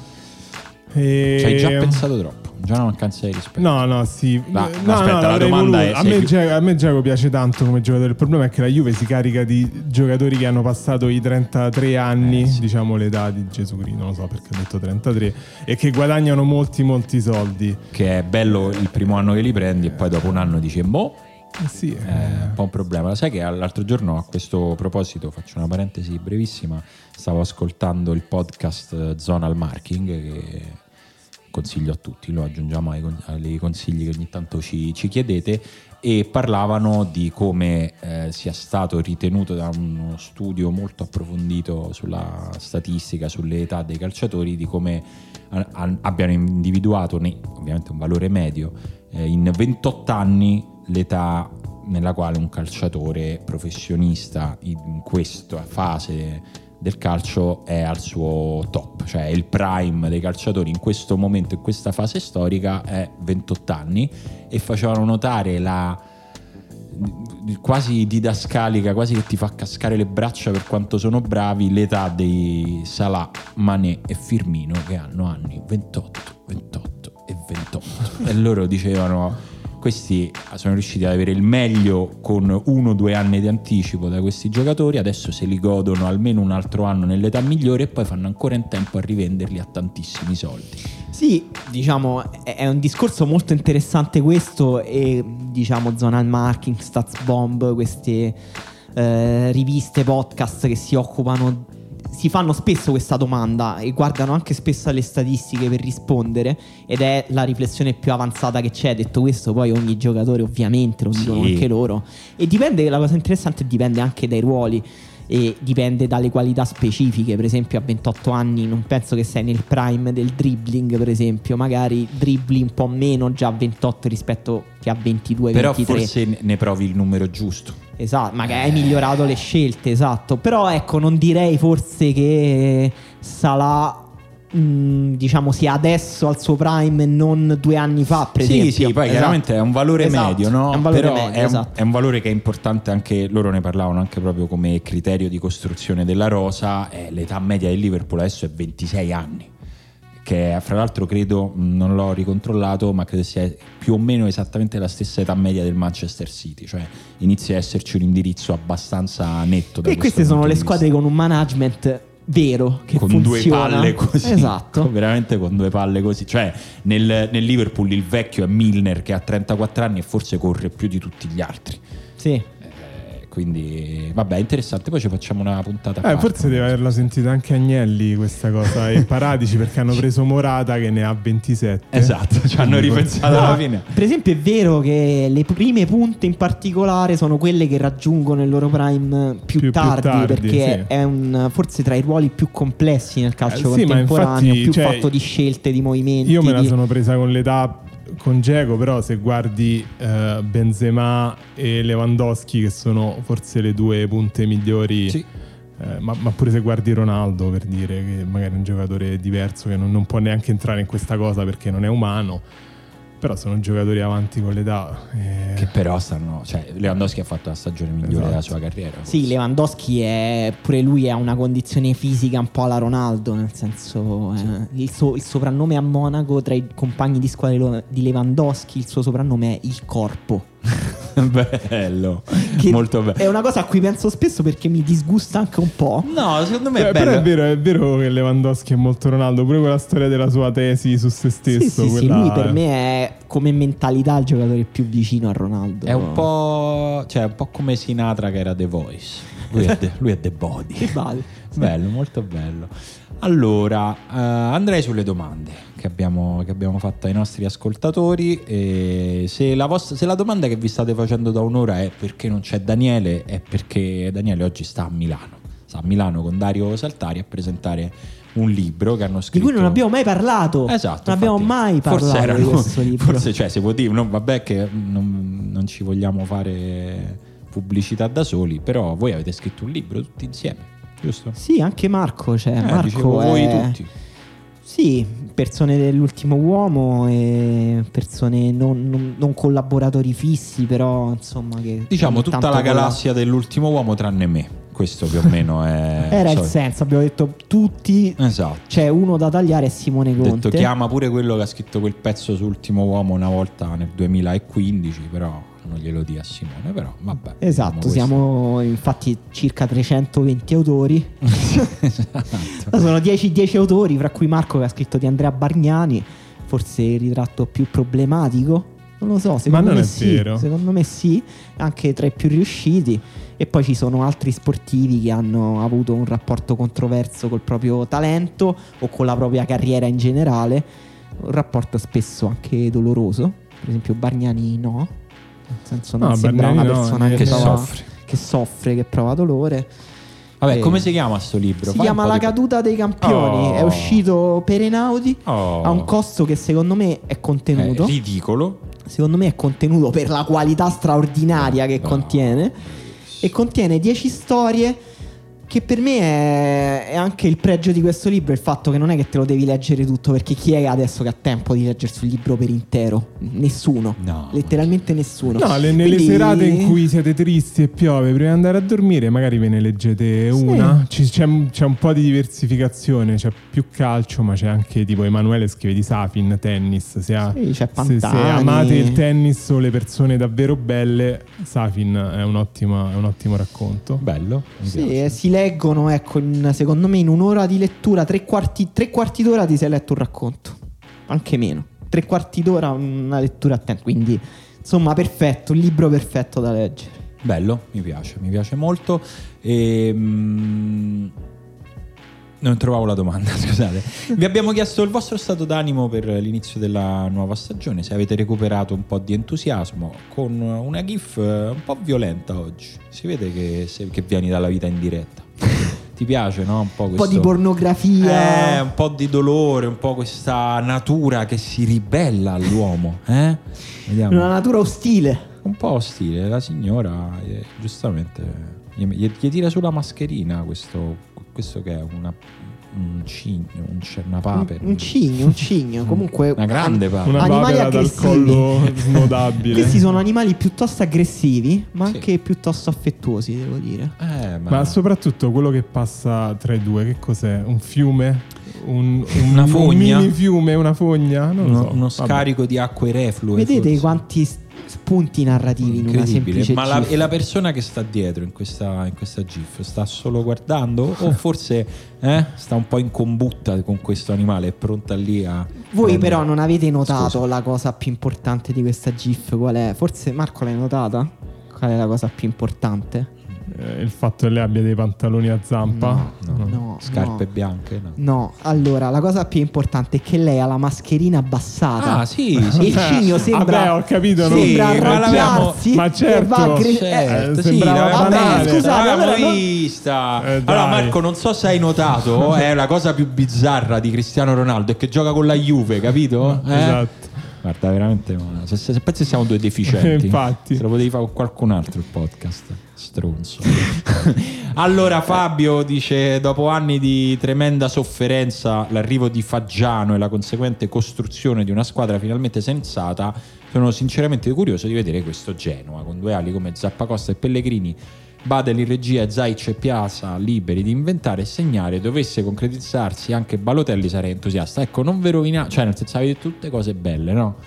Ci hai già pensato troppo, già una mancanza di rispetto. No, sì. Aspetta, la domanda è: a me Dzeko piace tanto come giocatore. Il problema è che la Juve si carica di giocatori che hanno passato i 33 anni, sì. diciamo l'età di Gesù Cristo, non lo so perché ho detto 33, e che guadagnano molti soldi. Che è bello il primo anno che li prendi e poi dopo un anno dici Sì, è un po' un problema. Sai che l'altro giorno, a questo proposito, faccio una parentesi brevissima, stavo ascoltando il podcast Zonal Marking, che consiglio a tutti, lo aggiungiamo ai consigli che ogni tanto ci chiedete, e parlavano di come sia stato ritenuto da uno studio molto approfondito sulla statistica, sulle età dei calciatori, di come abbiano individuato ovviamente un valore medio in 28 anni l'età nella quale un calciatore professionista in questa fase del calcio è al suo top, cioè il prime dei calciatori in questo momento, in questa fase storica, è 28 anni, e facevano notare la quasi didascalica, quasi che ti fa cascare le braccia per quanto sono bravi, l'età dei Salah, Mané e Firmino, che hanno anni 28 e 28 e loro dicevano: questi sono riusciti ad avere il meglio con 1 o 2 anni di anticipo da questi giocatori, adesso se li godono almeno un altro anno nell'età migliore e poi fanno ancora in tempo a rivenderli a tantissimi soldi. Sì, diciamo è un discorso molto interessante questo, e diciamo Zonal Marking, StatsBomb, queste riviste, podcast che si fanno spesso questa domanda e guardano anche spesso alle statistiche per rispondere, ed è la riflessione più avanzata che c'è. Detto questo, poi ogni giocatore ovviamente lo dicono anche loro, e dipende, la cosa interessante, dipende anche dai ruoli e dipende dalle qualità specifiche. Per esempio a 28 anni non penso che sei nel prime del dribbling, per esempio, magari dribbli un po' meno già a 28 rispetto che a 22, però 23. forse ne provi il numero giusto. Esatto, magari hai migliorato le scelte, esatto. Però ecco, non direi forse che Salah diciamo sia adesso al suo prime e non 2 anni fa, per esempio. Sì, poi chiaramente è un valore medio, no? È un valore però medio, è un valore che è importante, anche loro ne parlavano anche proprio come criterio di costruzione della rosa. L'età media del Liverpool adesso è 26 anni, che fra l'altro credo, non l'ho ricontrollato, ma credo sia più o meno esattamente la stessa età media del Manchester City, cioè inizia a esserci un indirizzo abbastanza netto da e queste sono le squadre con un management vero, che con funziona. 2 palle così, esatto, veramente con 2 palle così. Cioè nel Liverpool il vecchio è Milner, che ha 34 anni e forse corre più di tutti gli altri. Sì. Quindi vabbè, interessante. Poi ci facciamo una puntata a parte. Forse deve averla sentita anche Agnelli questa cosa, e Paratici, perché hanno preso Morata che ne ha 27. Esatto, ci hanno ripensato alla fine. Per esempio è vero che le prime punte in particolare sono quelle che raggiungono il loro prime più tardi, perché sì, è forse tra i ruoli più complessi nel calcio sì, contemporaneo, ma infatti, più fatto di scelte, di movimenti. Io me la sono presa con l'età con Dzeko, però se guardi Benzema e Lewandowski, che sono forse le 2 punte migliori, sì. Ma pure se guardi Ronaldo, per dire, che magari è un giocatore diverso, che non può neanche entrare in questa cosa perché non è umano, Però sono giocatori avanti con l'età. Che però stanno... Cioè, Lewandowski ha fatto la stagione migliore della sua carriera. Forse. Sì, Lewandowski pure lui ha una condizione fisica un po' alla Ronaldo, nel senso il soprannome a Monaco tra i compagni di squadra di Lewandowski, il suo soprannome è il corpo. Bello, molto bello. È una cosa a cui penso spesso perché mi disgusta anche un po'. No, secondo me è bello. Però è vero che Lewandowski è molto Ronaldo. Pure quella storia della sua tesi su se stesso. Sì, lui per me è come mentalità il giocatore più vicino a Ronaldo. È un po', cioè, un po' come Sinatra che era The Voice. Lui è The Body. Che vale. Bello, molto bello. Allora, andrei sulle domande che abbiamo fatto ai nostri ascoltatori. Se la domanda che vi state facendo da un'ora è perché non c'è Daniele, è perché Daniele oggi sta a Milano. Sta a Milano con Dario Saltari a presentare un libro che hanno scritto, di cui non abbiamo mai parlato. Esatto, non abbiamo mai parlato di questo libro. Forse, cioè, si può dire, vabbè che non ci vogliamo fare pubblicità da soli, però voi avete scritto un libro tutti insieme, giusto? Sì, anche Marco, Marco dicevo voi tutti. Sì, persone dell'Ultimo Uomo e persone non collaboratori fissi, però insomma che diciamo tutta la galassia dell'Ultimo Uomo tranne me. Questo più o meno è era il senso, abbiamo detto tutti. Esatto. C'è uno da tagliare, è Simone Conte. Detto, chiama pure quello che ha scritto quel pezzo su Ultimo Uomo una volta nel 2015, però non glielo dia a Simone, però vabbè. Esatto, siamo infatti circa 320 autori. Esatto. Sono 10 autori, fra cui Marco che ha scritto di Andrea Bargnani, forse il ritratto più problematico. Non lo so, secondo me sì. Vero. Secondo me sì, anche tra i più riusciti. E poi ci sono altri sportivi che hanno avuto un rapporto controverso col proprio talento o con la propria carriera in generale, un rapporto spesso anche doloroso. Per esempio Bargnani no, nel senso non sembra una persona che soffre, che prova dolore. Vabbè, come si chiama sto libro? Si chiama La caduta dei campioni. È uscito per Einaudi. Ha un costo che secondo me è contenuto. È ridicolo. Secondo me è contenuto per la qualità straordinaria che contiene. E contiene 10 storie che per me è anche il pregio di questo libro, il fatto che non è che te lo devi leggere tutto, perché chi è adesso che ha tempo di leggersi il libro per intero? Nessuno, letteralmente nessuno. No, nelle serate in cui siete tristi e piove, prima di andare a dormire magari ve ne leggete una. C'è un po' di diversificazione, c'è più calcio, ma c'è anche tipo Emanuele scrive di Safin, tennis. C'è Pantani. Se amate il tennis o le persone davvero belle, Safin è un ottimo racconto. Bello. Si leggono, ecco, secondo me in un'ora di lettura, tre quarti d'ora ti sei letto un racconto, anche meno, 3/4 d'ora una lettura attenta, quindi insomma perfetto, un libro perfetto da leggere. Bello, mi piace molto. Non trovavo la domanda, scusate. Vi abbiamo chiesto il vostro stato d'animo per l'inizio della nuova stagione, se avete recuperato un po' di entusiasmo, con una gif un po' violenta oggi. Si vede che vieni dalla vita in diretta. Ti piace, no? Un po' di pornografia, un po' di dolore, un po' questa natura che si ribella all'uomo, Vediamo. Una natura ostile. Un po' ostile. La signora giustamente gli tira sulla mascherina questo che è un cigno, comunque una grande papera, una animali papera dal collo snodabile. Questi sono animali piuttosto aggressivi, ma anche piuttosto affettuosi, devo dire. Ma soprattutto quello che passa tra i due, che cos'è? Un fiume? Una fogna? Un mini fiume, una fogna? Non lo so. Uno scarico di acque reflue. Vedete forse. Quanti spunti narrativi in una semplice GIF. E la persona che sta dietro in questa GIF sta solo guardando o forse sta un po' in combutta con questo animale, è pronta lì a... Voi però non avete notato la cosa più importante di questa GIF? Qual è? Forse Marco l'hai notata? Qual è la cosa più importante? Il fatto che lei abbia dei pantaloni a zampa? No. Scarpe bianche? No, allora la cosa più importante è che lei ha la mascherina abbassata. Ah, sì. Il cigno sembra. Vabbè, ho capito. Sembra arrabbiarsi. Ma certo. Sembrava banale. Scusate, l'abbiamo vista. Allora, Marco, non so se hai notato, la cosa più bizzarra di Cristiano Ronaldo è che gioca con la Juve, capito? Esatto. Guarda, veramente, se pensi siamo due deficienti, infatti. se lo potevi fare con qualcun altro il podcast, stronzo. Allora Fabio dice: dopo anni di tremenda sofferenza, l'arrivo di Faggiano e la conseguente costruzione di una squadra finalmente sensata, sono sinceramente curioso di vedere questo Genoa con due ali come Zappacosta e Pellegrini, Badel in regia e Zaic e Piazza liberi di inventare e segnare. Dovesse concretizzarsi anche Balotelli, sarei entusiasta. Ecco, non vi rovinate, cioè nel senso, avete tutte cose belle, no?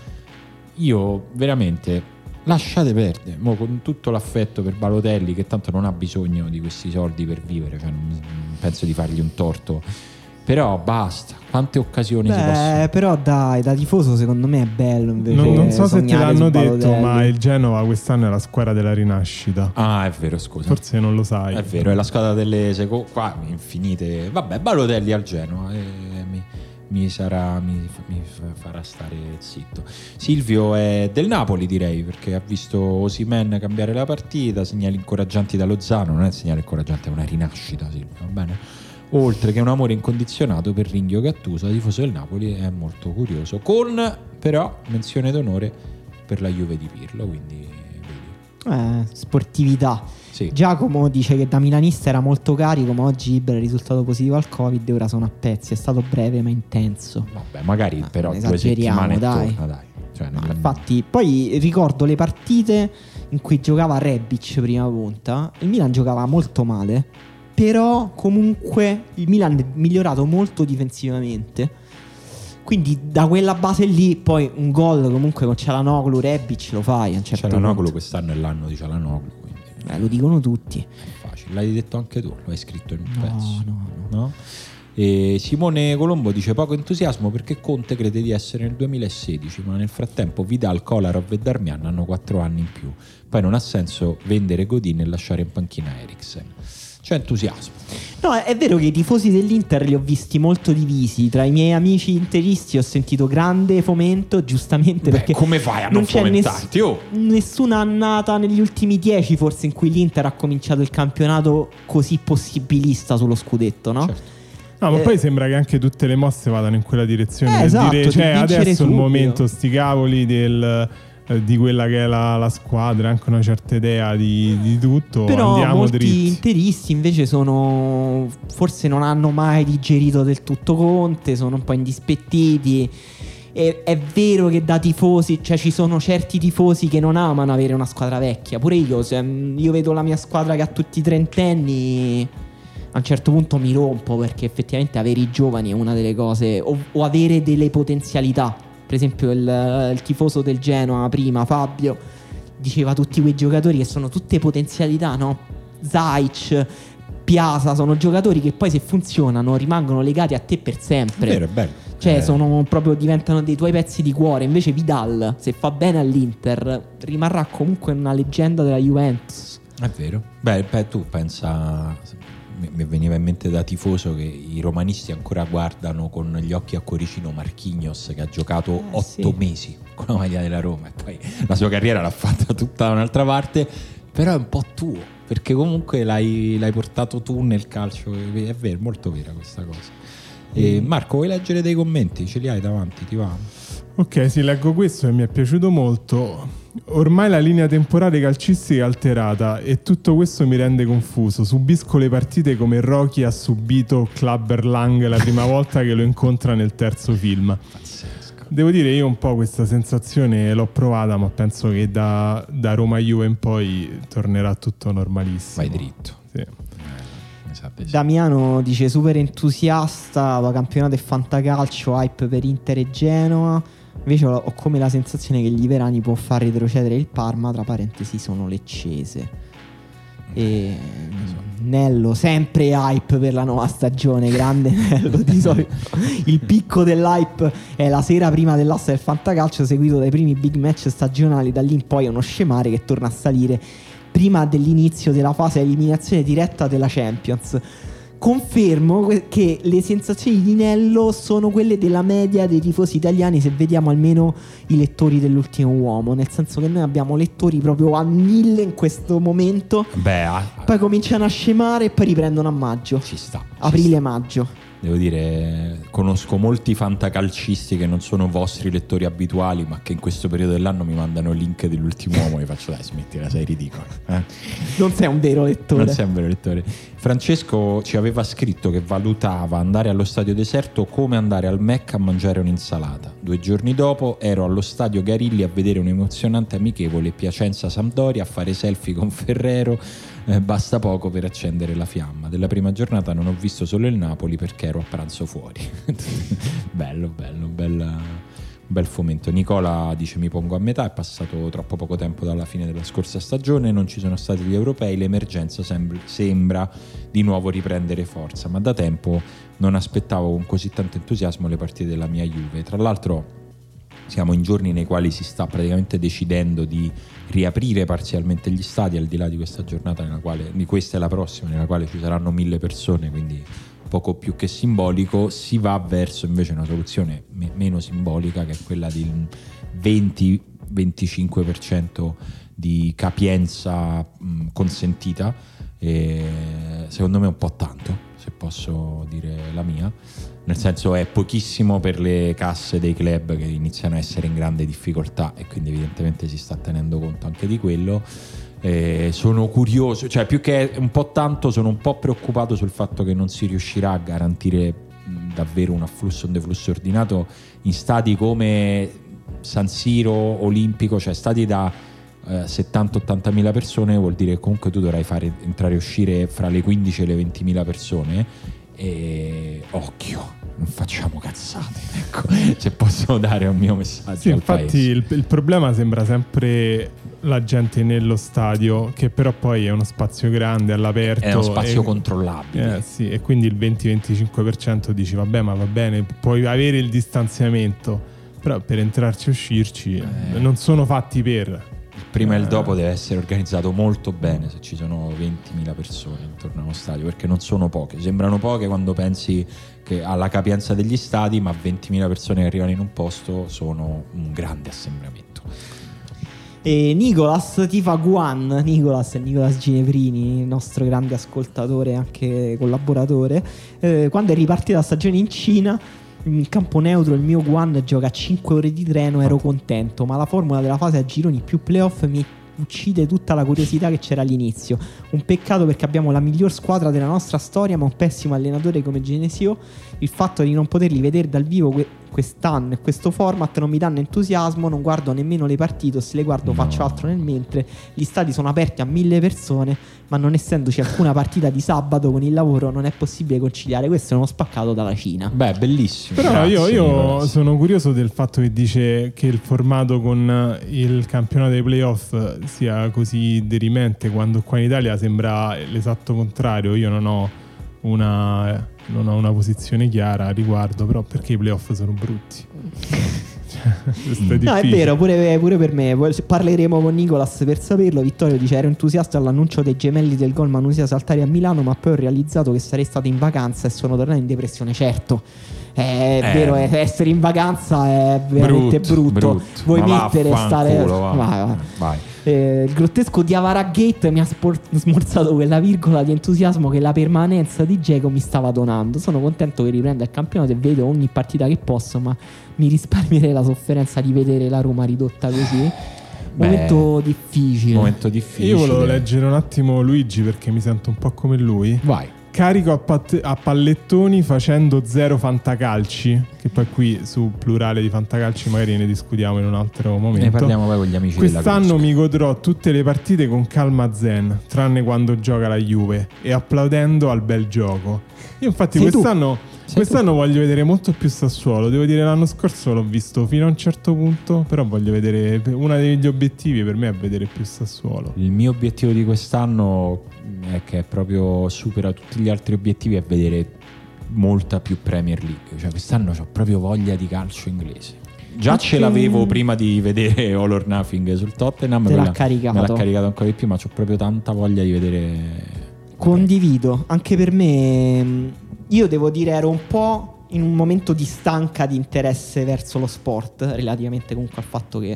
Io veramente lasciate perdere, mo, con tutto l'affetto per Balotelli, che tanto non ha bisogno di questi soldi per vivere, cioè non penso di fargli un torto, però basta. Quante occasioni si possono... Però dai, da tifoso secondo me è bello invece. Non so se te l'hanno detto, Balotelli. ma il Genova quest'anno è la squadra della rinascita. Ah, è vero, scusa. Forse non lo sai. È vero, è la squadra delle qua infinite. Vabbè, Balotelli al Genoa mi farà stare zitto. Silvio è del Napoli, direi, perché ha visto Osimhen cambiare la partita, segnali incoraggianti da Lozano. Non è segnale incoraggiante, è una rinascita, Silvio, va bene? Oltre che un amore incondizionato per Ringhio Gattuso, tifoso del Napoli, è molto curioso, con però menzione d'onore per la Juve di Pirlo, quindi vedi. Sportività. Sì. Giacomo dice che da milanista era molto carico, ma oggi Ibra è risultato positivo al Covid e ora sono a pezzi. È stato breve ma intenso. Vabbè, magari però 2 esageriamo, settimane dai. torna, dai. Cioè, No, infatti, poi ricordo le partite in cui giocava Rebic prima punta. Il Milan giocava molto male, però comunque il Milan è migliorato molto difensivamente. Quindi da quella base lì poi un gol comunque con Çalhanoğlu, Rebic lo fai a un certo Çalhanoğlu punto. quest'anno è l'anno di Çalhanoğlu, quindi Lo dicono tutti. è facile. L'hai detto anche tu, lo hai scritto in un pezzo. No. E Simone Colombo dice: poco entusiasmo perché Conte crede di essere nel 2016, ma nel frattempo Vidal, Kolarov e Darmian hanno 4 anni in più. Poi non ha senso vendere Godin e lasciare in panchina Eriksen. C'è entusiasmo. No, è vero che i tifosi dell'Inter li ho visti molto divisi. Tra i miei amici interisti ho sentito grande fomento, giustamente. Perché come fai a non non c'è fomentarti? nessuna annata negli ultimi 10 forse in cui l'Inter ha cominciato il campionato così possibilista sullo scudetto, no? Certo. No, ma poi sembra che anche tutte le mosse vadano in quella direzione. Per esatto, dire, di cioè, vincere adesso è il subito. momento, sti cavoli di quella che è la squadra, anche una certa idea di tutto. Però andiamo molti dritti. interisti invece forse non hanno mai digerito del tutto Conte, sono un po' indispettiti. E è vero che da tifosi, cioè ci sono certi tifosi che non amano avere una squadra vecchia. Pure io vedo la mia squadra che ha tutti i trentenni, a un certo punto mi rompo, perché effettivamente avere i giovani è una delle cose, o avere delle potenzialità. Per esempio il tifoso del Genoa prima, Fabio, diceva tutti quei giocatori che sono tutte potenzialità, no? Zaic, Piazza, sono giocatori che poi se funzionano rimangono legati a te per sempre. È vero, è bello. Cioè diventano dei tuoi pezzi di cuore. Invece Vidal, se fa bene all'Inter, rimarrà comunque una leggenda della Juventus. È vero. Beh, tu pensa, mi veniva in mente da tifoso che i romanisti ancora guardano con gli occhi a cuoricino Marquinhos, che ha giocato 8 mesi con la maglia della Roma e poi la sua carriera l'ha fatta tutta da un'altra parte, però è un po' tuo, perché comunque l'hai portato tu nel calcio. È vero, molto vera questa cosa. E Marco, vuoi leggere dei commenti? Ce li hai davanti, ti va? Ok, sì, leggo questo e mi è piaciuto molto. Ormai la linea temporale calcistica è alterata e tutto questo mi rende confuso. Subisco le partite come Rocky ha subito Clubber Lang la prima volta che lo incontra nel terzo film. Pazzesco. Devo dire, io un po' questa sensazione l'ho provata, ma penso che da Roma-Juve in poi tornerà tutto normalissimo. Vai dritto. Sì. Esatto, sì. Damiano dice super entusiasta, la campionato e fantacalcio, hype per Inter e Genoa. Invece ho come la sensazione che gli Verani può far retrocedere il Parma, tra parentesi sono leccese. E Nello sempre hype per la nuova stagione, grande Nello. Di solito il picco dell'hype è la sera prima dell'asta del fantacalcio, seguito dai primi big match stagionali. Da lì in poi è uno scemare che torna a salire prima dell'inizio della fase eliminazione diretta della Champions. Confermo che le sensazioni di Nello sono quelle della media dei tifosi italiani, se vediamo almeno i lettori dell'Ultimo Uomo, nel senso che noi abbiamo lettori proprio a 1000 in questo momento. Beh, poi cominciano a scemare e poi riprendono a maggio, ci sta. aprile-maggio. devo dire, conosco molti fantacalcisti che non sono vostri lettori abituali, ma che in questo periodo dell'anno mi mandano link dell'Ultimo Uomo e faccio dai, smettila, sei ridicolo. Non sei un vero lettore. Non sei un vero lettore. Francesco ci aveva scritto che valutava andare allo stadio deserto come andare al Mac a mangiare un'insalata. 2 giorni dopo ero allo stadio Garilli a vedere un emozionante amichevole Piacenza-Sampdoria, a fare selfie con Ferrero. Basta poco per accendere la fiamma. Della prima giornata non ho visto solo il Napoli perché ero a pranzo fuori. bello, bel fomento. Nicola dice: mi pongo a metà, è passato troppo poco tempo dalla fine della scorsa stagione, non ci sono stati gli europei, l'emergenza sembra di nuovo riprendere forza, ma da tempo non aspettavo con così tanto entusiasmo le partite della mia Juve. Tra l'altro siamo in giorni nei quali si sta praticamente decidendo di riaprire parzialmente gli stadi, al di là di questa giornata di questa e la prossima, nella quale ci saranno 1000 persone, quindi poco più che simbolico. Si va verso invece una soluzione meno simbolica, che è quella del 20-25% di capienza consentita, e secondo me è un po' tanto, se posso dire la mia, nel senso è pochissimo per le casse dei club che iniziano a essere in grande difficoltà, e quindi evidentemente si sta tenendo conto anche di quello. Sono curioso, cioè più che un po' tanto sono un po' preoccupato sul fatto che non si riuscirà a garantire davvero un afflusso, un deflusso ordinato in stadi come San Siro, Olimpico, cioè stadi da 70-80 mila persone. Vuol dire che comunque tu dovrai fare entrare e uscire fra le 15 e le 20 mila persone, e occhio, non facciamo cazzate, ecco, se posso dare un mio messaggio sì, al infatti paese. Il problema sembra sempre la gente nello stadio, che però poi è uno spazio grande, all'aperto, è uno spazio controllabile, sì, e quindi il 20-25% dici vabbè, ma va bene, puoi avere il distanziamento, però per entrarci e uscirci non sono fatti per... Il prima e il dopo deve essere organizzato molto bene se ci sono 20.000 persone intorno a uno stadio, perché non sono poche, sembrano poche quando pensi che alla capienza degli stadi, ma 20.000 persone che arrivano in un posto sono un grande assembramento. E Nicolas tifa Guan, Nicolas Ginevrini, il nostro grande ascoltatore e anche collaboratore, quando è ripartita la stagione in Cina, in campo neutro il mio Guan gioca a 5 ore di treno, ero contento, ma la formula della fase a gironi più playoff mi uccide tutta la curiosità che c'era all'inizio. Un peccato, perché abbiamo la miglior squadra della nostra storia ma un pessimo allenatore come Genesio. Il fatto di non poterli vedere dal vivo quest'anno e questo format non mi danno entusiasmo, non guardo nemmeno le partite, o se le guardo faccio altro nel mentre. Gli stadi sono aperti a 1000 persone, ma non essendoci alcuna partita di sabato con il lavoro non è possibile conciliare. Questo è uno spaccato dalla Cina. Beh, bellissimo. Però io sono curioso del fatto che dice che il formato con il campionato dei playoff sia così derimente, quando qua in Italia sembra l'esatto contrario. Io non ho una posizione chiara a riguardo, però perché i playoff sono brutti. No, è vero, pure per me. Parleremo con Nicolas per saperlo. Vittorio dice: ero entusiasta all'annuncio dei gemelli del gol Manusia saltare a Milano, ma poi ho realizzato che sarei stato in vacanza e sono tornato in depressione. Certo, è vero, essere in vacanza è veramente brutto. Vuoi mettere stare vai. Il grottesco di Avara Gate mi ha smorzato quella virgola di entusiasmo che la permanenza di Dzeko mi stava donando. Sono contento che riprenda il campionato e vedo ogni partita che posso, ma mi risparmierei la sofferenza di vedere la Roma ridotta così. Momento difficile. Io volevo leggere un attimo Luigi, perché mi sento un po' come lui. Vai. Carico a pallettoni facendo 0 fantacalci, che poi qui su plurale di fantacalci magari ne discutiamo in un altro momento. Ne parliamo poi con gli amici della Quest'anno mi godrò tutte le partite con calma zen, tranne quando gioca la Juve, e applaudendo al bel gioco. Io infatti quest'anno voglio vedere molto più Sassuolo. Devo dire, l'anno scorso l'ho visto fino a un certo punto, però voglio vedere, uno degli obiettivi per me è vedere più Sassuolo. Il mio obiettivo di quest'anno è che proprio supera tutti gli altri obiettivi, è vedere molta più Premier League. Cioè quest'anno ho proprio voglia di calcio inglese. Già ce l'avevo prima di vedere All or Nothing sul Tottenham, me l'ha caricato ancora di più, ma ho proprio tanta voglia di vedere. Condivido, anche per me. Io devo dire, ero un po' in un momento di stanca di interesse verso lo sport, relativamente comunque al fatto che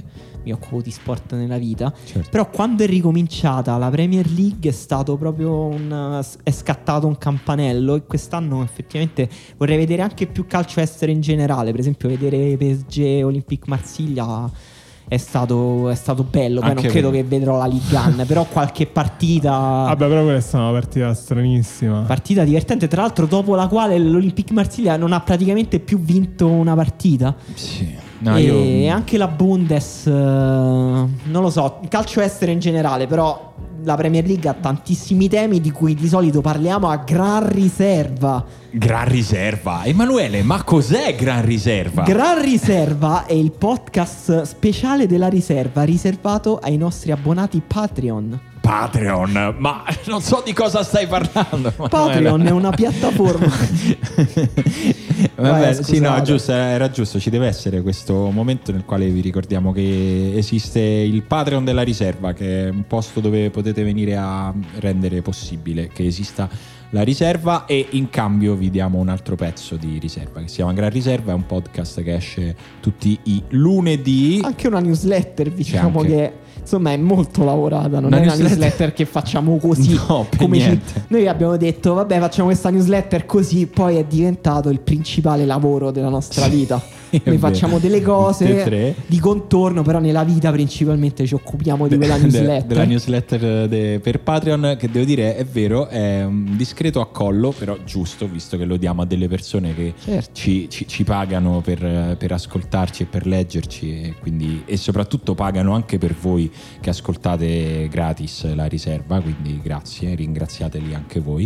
mi occupo di sport nella vita. Certo. Però quando è ricominciata la Premier League è stato proprio è scattato un campanello, e quest'anno effettivamente vorrei vedere anche più calcio estero in generale. Per esempio vedere PSG Olympique Marsiglia è stato bello. Poi non credo che vedrò la Ligue 1, però qualche partita. Vabbè, però questa è una partita stranissima. Partita divertente, tra l'altro, dopo la quale l'Olympique Marsiglia non ha praticamente più vinto una partita. Sì. No, e anche la Bundes, non lo so, calcio estero in generale, però la Premier League ha tantissimi temi di cui di solito parliamo a gran riserva. Gran Riserva. Emanuele, ma cos'è Gran Riserva? Gran Riserva è il podcast speciale della riserva, riservato ai nostri abbonati Patreon. Patreon, ma non so di cosa stai parlando. Patreon è una piattaforma. Vabbè, sì, no, giusto, era giusto. Ci deve essere questo momento nel quale vi ricordiamo che esiste il Patreon della riserva, che è un posto dove potete venire a rendere possibile che esista la riserva, e in cambio vi diamo un altro pezzo di riserva che si chiama Gran Riserva. È un podcast che esce tutti i lunedì. Anche una newsletter, diciamo, che insomma è molto lavorata. Non è una newsletter che facciamo così. No, per niente. Noi abbiamo detto vabbè, facciamo questa newsletter così, poi è diventato il principale lavoro della nostra vita. Noi facciamo delle cose di contorno, però nella vita principalmente ci occupiamo di quella newsletter. Della newsletter per Patreon, che devo dire è vero, è un discreto accollo, però giusto, visto che lo diamo a delle persone che ci pagano per ascoltarci e per leggerci, e soprattutto pagano anche per voi che ascoltate gratis la riserva, quindi grazie, ringraziateli anche voi.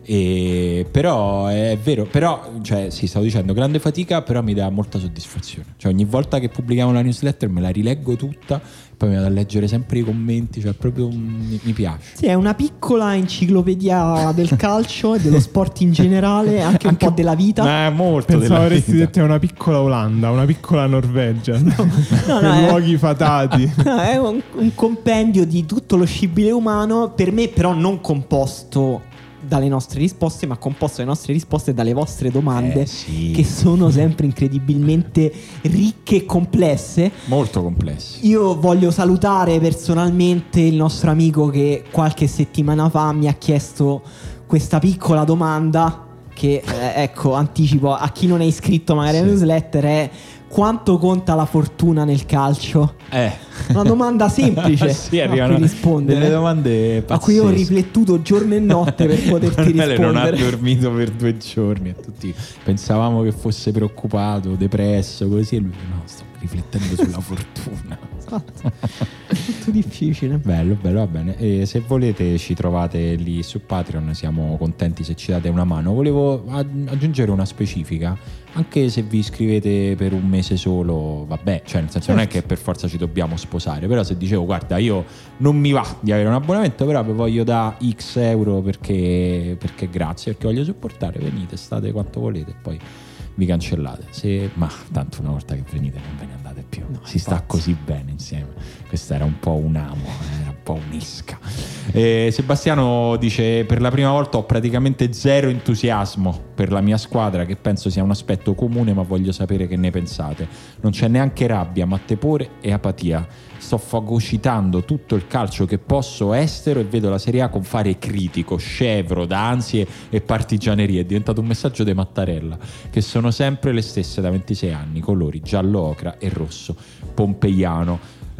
Però è vero, però stavo dicendo grande fatica, però mi dà molta soddisfazione. Cioè ogni volta che pubblichiamo la newsletter me la rileggo tutta, poi mi vado a leggere sempre i commenti, cioè proprio mi piace. Sì, è una piccola enciclopedia del calcio e dello sport in generale, anche un po' della vita. Molto. Pensavo avresti detto è una piccola Olanda, una piccola Norvegia. No, luoghi fatati. No, è un compendio di tutto lo scibile umano, per me però non composto dalle nostre risposte, ma composto dalle nostre risposte e dalle vostre domande, che sono sempre incredibilmente ricche e complesse. Molto complesse. Io voglio salutare personalmente il nostro amico che qualche settimana fa mi ha chiesto questa piccola domanda che, ecco, anticipo a chi non è iscritto magari alla newsletter, è: quanto conta la fortuna nel calcio? Una domanda semplice a cui rispondere, delle domande pazzesche, a cui io ho riflettuto giorno e notte per poterti rispondere. Non ha dormito per 2 giorni e tutti pensavamo che fosse preoccupato, depresso, così, e lui no, sto riflettendo sulla fortuna. Esatto. Molto difficile. Bello, va bene. E se volete ci trovate lì su Patreon, siamo contenti se ci date una mano. Volevo aggiungere una specifica: anche se vi iscrivete per un mese solo, vabbè, cioè nel senso non è che per forza ci dobbiamo sposare, però se dicevo guarda, io non mi va di avere un abbonamento, però vi voglio da X euro perché grazie, perché voglio supportare, venite, state quanto volete e poi vi cancellate. Ma tanto una volta che venite non ve ne andate più, si sta così bene insieme. Questa era un po' un amo, era un po' un'isca. Sebastiano dice: per la prima volta ho praticamente zero entusiasmo per la mia squadra, che penso sia un aspetto comune, ma voglio sapere che ne pensate. Non c'è neanche rabbia, ma tepore e apatia. Sto fagocitando tutto il calcio che posso estero e vedo la Serie A con fare critico, scevro da ansie e partigianerie. È diventato un messaggio di Mattarella, che sono sempre le stesse da 26 anni, colori giallo, ocra e rosso pompeiano.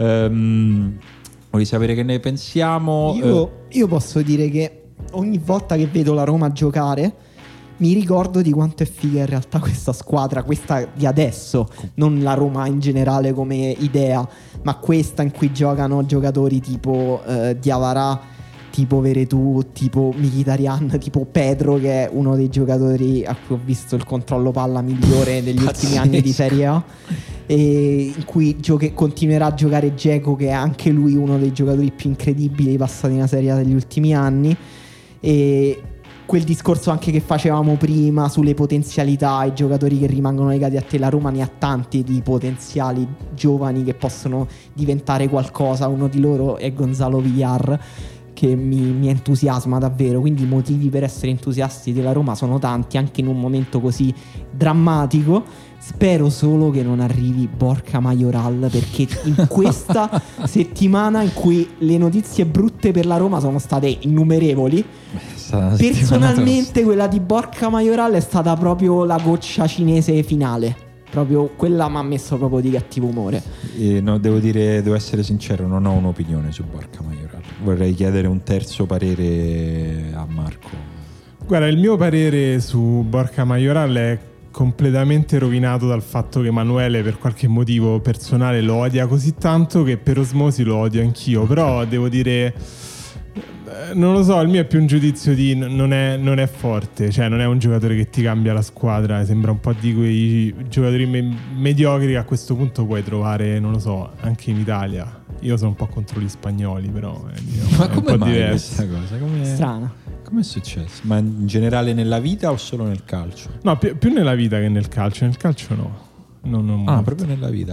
Vuoi sapere che ne pensiamo? Io posso dire che ogni volta che vedo la Roma giocare mi ricordo di quanto è figa in realtà questa squadra, questa di adesso, non la Roma in generale come idea, ma questa in cui giocano giocatori tipo Diawara, tipo Veretù, tipo Mkhitaryan, tipo Pedro, che è uno dei giocatori a cui ho visto il controllo palla migliore degli ultimi anni di Serie A, e in cui continuerà a giocare Dzeko, che è anche lui uno dei giocatori più incredibili passati nella Serie A degli ultimi anni. E quel discorso anche che facevamo prima sulle potenzialità, i giocatori che rimangono legati a te, la Roma ne ha tanti di potenziali giovani che possono diventare qualcosa. Uno di loro è Gonzalo Villar, che mi entusiasma davvero, quindi i motivi per essere entusiasti della Roma sono tanti, anche in un momento così drammatico. Spero solo che non arrivi Borja Mayoral, perché in questa settimana in cui le notizie brutte per la Roma sono state innumerevoli, personalmente quella di Borja Mayoral è stata proprio la goccia cinese finale. Proprio quella mi ha messo proprio di cattivo umore. No, devo essere sincero, non ho un'opinione su Borja Mayoral. Vorrei chiedere un terzo parere a Marco. Guarda, il mio parere su Borja Mayoral è completamente rovinato dal fatto che Emanuele per qualche motivo personale lo odia così tanto che per osmosi lo odio anch'io. Però devo dire, non lo so, il mio è più un giudizio di non è forte, cioè non è un giocatore che ti cambia la squadra, sembra un po' di quei giocatori mediocri che a questo punto puoi trovare, non lo so, anche in Italia. Io sono un po' contro gli spagnoli, però ma è come un po' mai diverso. questa cosa? Strana. Come è successo? Ma in generale nella vita o solo nel calcio? No, più nella vita che nel calcio. Nel calcio no. Non molto. Proprio nella vita.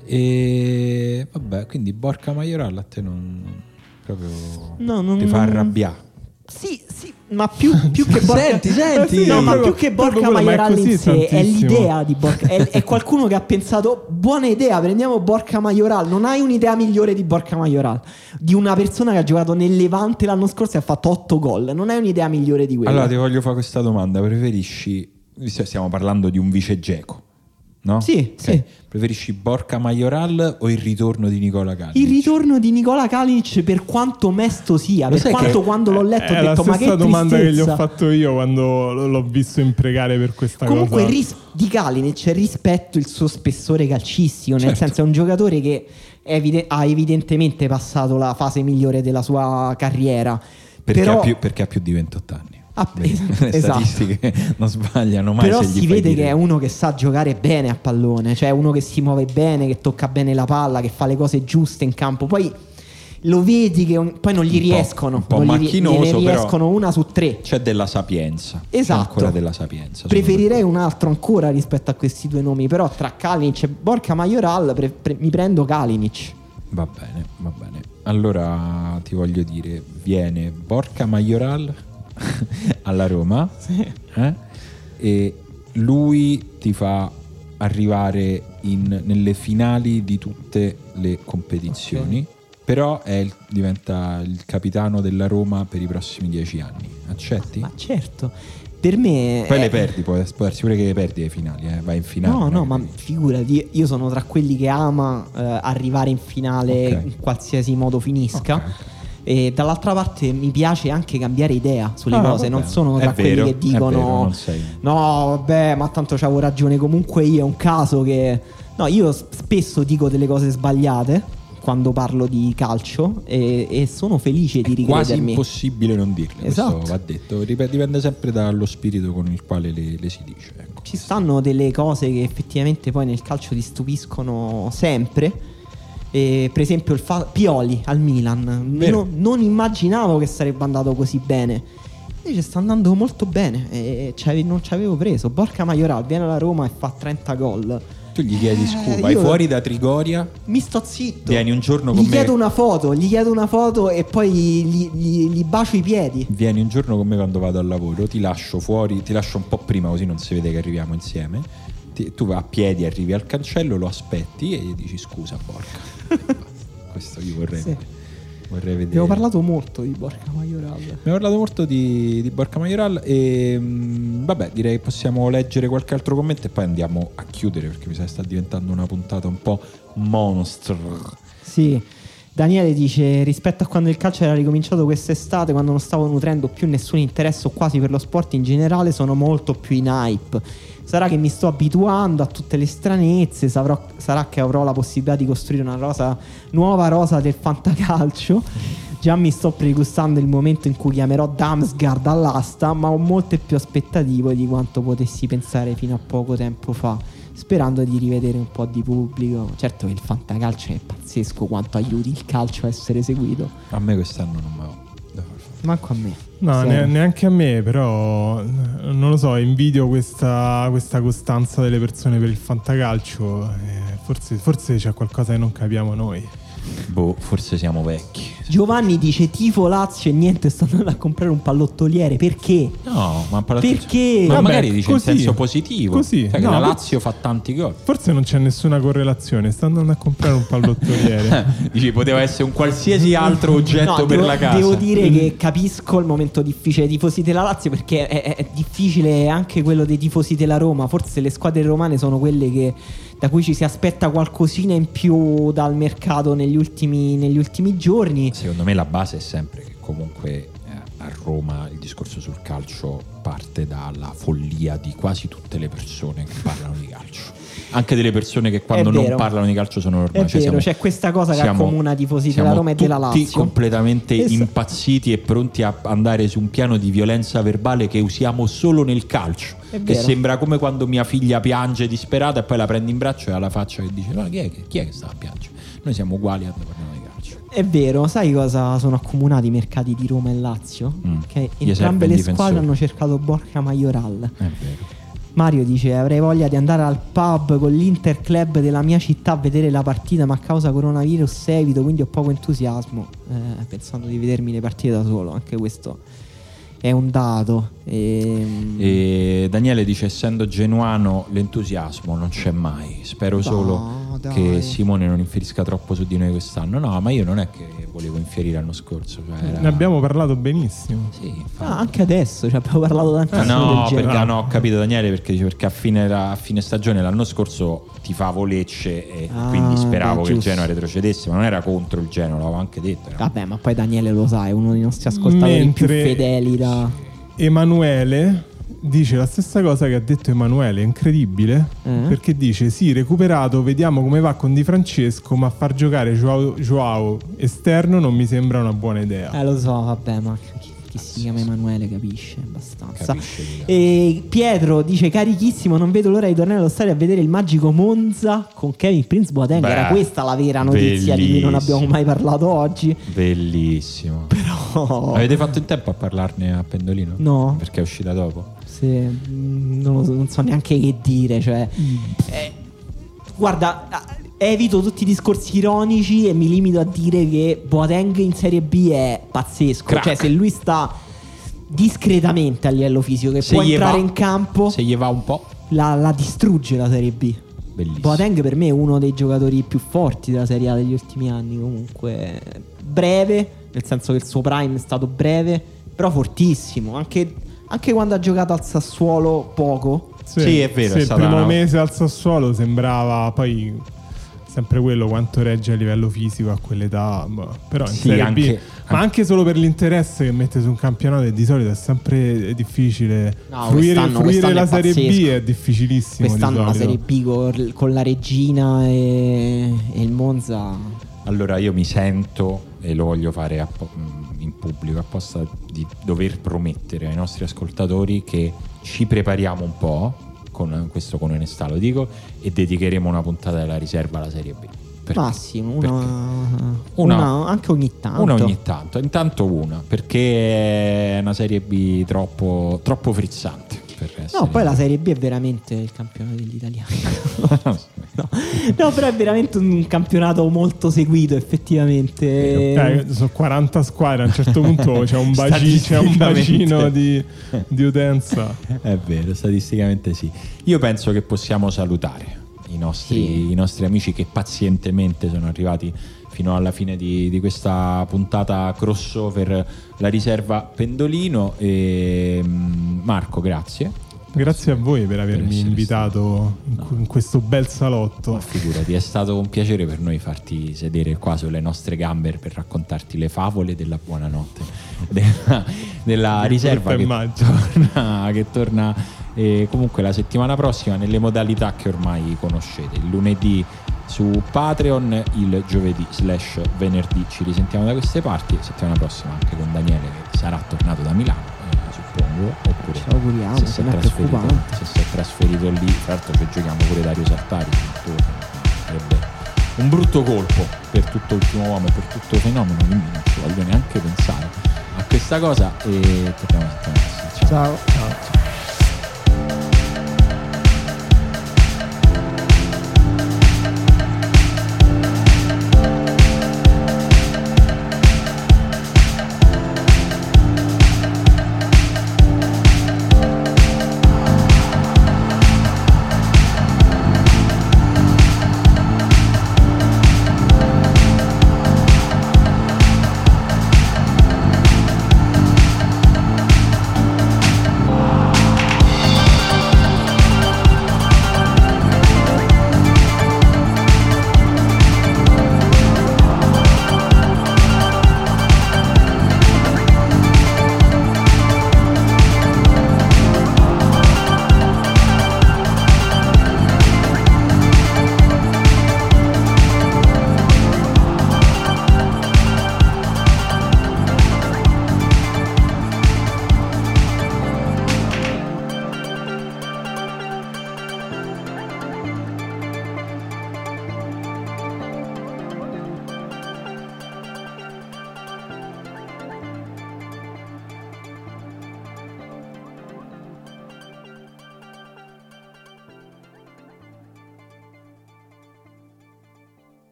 E vabbè, quindi Borja Mayoral a te non proprio ti fa arrabbiare. Sì, ma più che Borja Senti. No, ma proprio- più che proprio Borja quello, ma è Mayoral così in sé è tantissimo. l'idea di Borja. È qualcuno che ha pensato buona idea, prendiamo Borja Mayoral. Non hai un'idea migliore di Borja Mayoral, di una persona che ha giocato nel Levante l'anno scorso e ha fatto 8 gol. Non hai un'idea migliore di quella. Allora ti voglio fare questa domanda. Preferisci, stiamo parlando di un vice Dzeko, no? Sì, Ok. sì. Preferisci Borja Mayoral o il ritorno di Nicola Kalinic? Il ritorno di Nicola Kalinic, per quanto mesto sia, Lo per sai quanto che quando l'ho letto ho È la detto ma che stessa domanda che gli ho tristezza. fatto io quando l'ho visto imprecare per questa Comunque cosa. di Kalinic rispetto il suo spessore calcistico, nel Certo. senso è un giocatore che ha evidentemente passato la fase migliore della sua carriera. Perché, però, perché ha più di 28 anni. Ah, Le esatto. statistiche non sbagliano mai. però se gli si fai vede dire. che è uno che sa giocare bene a pallone, cioè uno che si muove bene, che tocca bene la palla, che fa le cose giuste in campo. Poi lo vedi che poi non gli riescono, un po' non macchinoso, gliene però riescono una su 3. C'è della sapienza. Esatto. C'è ancora della sapienza. Preferirei un altro ancora rispetto a questi due nomi, però tra Kalinic e Borja Mayoral mi prendo Kalinic. Va bene. Allora ti voglio dire, viene Borja Mayoral alla Roma, e lui ti fa arrivare nelle finali di tutte le competizioni. Però diventa il capitano della Roma per i prossimi 10 anni. Accetti? Ma certo, per me Poi le perdi, può darsi pure che le perdi le finali, vai in finale. No, ma figurati, io sono tra quelli che ama arrivare in finale Ok. in qualsiasi modo finisca. Ok. E dall'altra parte mi piace anche cambiare idea sulle cose. vabbè. Non sono È tra quelli vero, che è dicono vero, non sei. no, vabbè, ma tanto c'avevo ragione comunque io. È un caso che no, io spesso dico delle cose sbagliate quando parlo di calcio e sono felice di È quasi ricredermi. impossibile non dirle. Esatto. Questo va detto. Dipende sempre dallo spirito con il quale le si dice. Ecco. Ci stanno delle cose che effettivamente poi nel calcio ti stupiscono sempre. Per esempio Pioli al Milan. Vero. Non immaginavo che sarebbe andato così bene. Invece sta andando molto bene e non ci avevo preso. Borja Mayoral viene alla Roma e fa 30 gol. Tu gli chiedi scusa, vai io- fuori da Trigoria, Mi sto zitto. vieni un giorno con Gli me. chiedo una foto e poi gli bacio i piedi. Vieni un giorno con me quando vado al lavoro, ti lascio fuori, ti lascio un po' prima così non si vede che arriviamo insieme. Tu a piedi arrivi al cancello, lo aspetti e gli dici scusa Borja. Questo io vorrei vedere. Abbiamo parlato molto di Borja Mayoral. Abbiamo parlato molto di Borja Mayoral e vabbè, direi che possiamo leggere qualche altro commento e poi andiamo a chiudere perché mi sa che sta diventando una puntata un po' monster. Sì, Daniele dice rispetto a quando il calcio era ricominciato quest'estate, quando non stavo nutrendo più nessun interesse o quasi per lo sport in generale, sono molto più in hype. Sarà che mi sto abituando a tutte le stranezze, sarà che avrò la possibilità di costruire una nuova rosa del fantacalcio. Già mi sto pregustando il momento in cui chiamerò Damsgaard all'asta, ma ho molte più aspettative di quanto potessi pensare fino a poco tempo fa, sperando di rivedere un po' di pubblico. Certo che il fantacalcio è pazzesco quanto aiuti il calcio a essere seguito. A me quest'anno non me lo da far fare. Manco a me. No, Serio. neanche a me, però non lo so, invidio questa costanza delle persone per il fantacalcio. Forse c'è qualcosa che non capiamo noi. Forse siamo vecchi. Giovanni dice tifo Lazio e niente, sto andando a comprare un pallottoliere. Perché? No, ma perché? Ma Vabbè, magari dice così, in senso positivo. così. Cioè, No, che la Lazio fa tanti gol. Forse non c'è nessuna correlazione. Sta andando a comprare un pallottoliere. Dici, poteva essere un qualsiasi altro oggetto per la casa. Devo dire che capisco il momento difficile dei tifosi della Lazio, perché è difficile anche quello dei tifosi della Roma. Forse le squadre romane sono quelle da cui ci si aspetta qualcosina in più dal mercato negli ultimi giorni. Secondo me la base è sempre che comunque a Roma il discorso sul calcio parte dalla follia di quasi tutte le persone che parlano di calcio. Anche delle persone che quando non parlano di calcio sono normali. È vero, c'è questa cosa che accomuna tifosi della Roma e della Lazio. Tutti completamente impazziti e pronti a andare su un piano di violenza verbale che usiamo solo nel calcio. Che sembra come quando mia figlia piange disperata e poi la prendi in braccio e ha la faccia che dice: no, chi è che sta a piangere? Noi siamo uguali quando parliamo di calcio. È vero, sai cosa sono accomunati i mercati di Roma e Lazio? Che Gli entrambe serve le un squadre difensore. hanno cercato Borja Majoral. È vero. Mario dice: avrei voglia di andare al pub con l'Inter Club della mia città a vedere la partita, ma a causa coronavirus evito, quindi ho poco entusiasmo pensando di vedermi le partite da solo. Anche questo è un dato. E Daniele dice: essendo genuano l'entusiasmo non c'è mai. Spero solo che Simone non infierisca troppo su di noi quest'anno. No, ma io non è che volevo infierire l'anno scorso, cioè Ne abbiamo parlato benissimo. Sì, anche adesso abbiamo parlato tantissimo no, del genere. perché no, ho capito Daniele, perché a fine stagione l'anno scorso tifavo Lecce e quindi speravo che il giusto. Genoa retrocedesse, ma non era contro il Genoa, l'avevo anche detto. Vabbè, ma poi Daniele lo sa, è uno dei nostri ascoltatori più fedeli Emanuele dice la stessa cosa che ha detto Emanuele, è incredibile, perché dice: sì, recuperato, vediamo come va con Di Francesco, ma far giocare Joao esterno non mi sembra una buona idea. Lo so, vabbè, ma chi si chiama Emanuele capisce abbastanza. Capisce, E Pietro dice: carichissimo, non vedo l'ora di tornare allo stadio a vedere il magico Monza con Kevin Prince Boateng. Era questa la vera notizia di cui non abbiamo mai parlato oggi. Bellissimo. Però avete fatto in tempo a parlarne a Pendolino? No, perché è uscita dopo. sì, non so neanche che dire, cioè guarda, evito tutti i discorsi ironici e mi limito a dire che Boateng in Serie B è pazzesco. Crack. Cioè, se lui sta discretamente a livello fisico, che può entrare in campo, se gli va un po', la distrugge la Serie B. bellissimo. Boateng per me è uno dei giocatori più forti della Serie A degli ultimi anni. Comunque breve, nel senso che il suo prime è stato breve, però fortissimo. Anche quando ha giocato al Sassuolo poco. Sì, è vero. Sì, è il primo mese al Sassuolo sembrava, poi sempre quello, quanto regge a livello fisico a quell'età. Però in Serie B, ma anche solo per l'interesse che mette su un campionato, che di solito è sempre difficile. Fruire la Serie B è difficilissimo. Quest'anno la Serie B con la Regina e il Monza. Allora io mi sento, e lo voglio fare in pubblico apposta, di dover promettere ai nostri ascoltatori che ci prepariamo un po', con questo con onestà lo dico, e dedicheremo una puntata della riserva alla Serie B. Massimo, una anche ogni tanto. Una ogni tanto, intanto una, perché è una Serie B troppo frizzante. No, poi la Serie B è veramente il campionato degli italiani. No, però è veramente un campionato molto seguito, effettivamente. Sono 40 squadre, a un certo punto c'è un bacino di utenza. È vero, statisticamente sì. Io penso che possiamo salutare i nostri amici che pazientemente sono arrivati fino alla fine di questa puntata crossover la riserva Pendolino. E Marco, grazie. Grazie a voi per avermi invitato in questo bel salotto. Ma figurati, è stato un piacere per noi farti sedere qua sulle nostre gambe per raccontarti le favole della buonanotte della riserva che torna comunque la settimana prossima nelle modalità che ormai conoscete. Il lunedì su Patreon, il giovedì/venerdì ci risentiamo da queste parti. Settimana prossima anche con Daniele, che sarà tornato da Milano, suppongo, oppure ci auguriamo, se si è trasferito lì. Tra l'altro ci giochiamo pure Dario Sartari, sarebbe un brutto colpo per tutto Ultimo Uomo e per tutto il fenomeno, quindi non ci voglio neanche pensare a questa cosa. E torniamo settimana prossima. Ciao.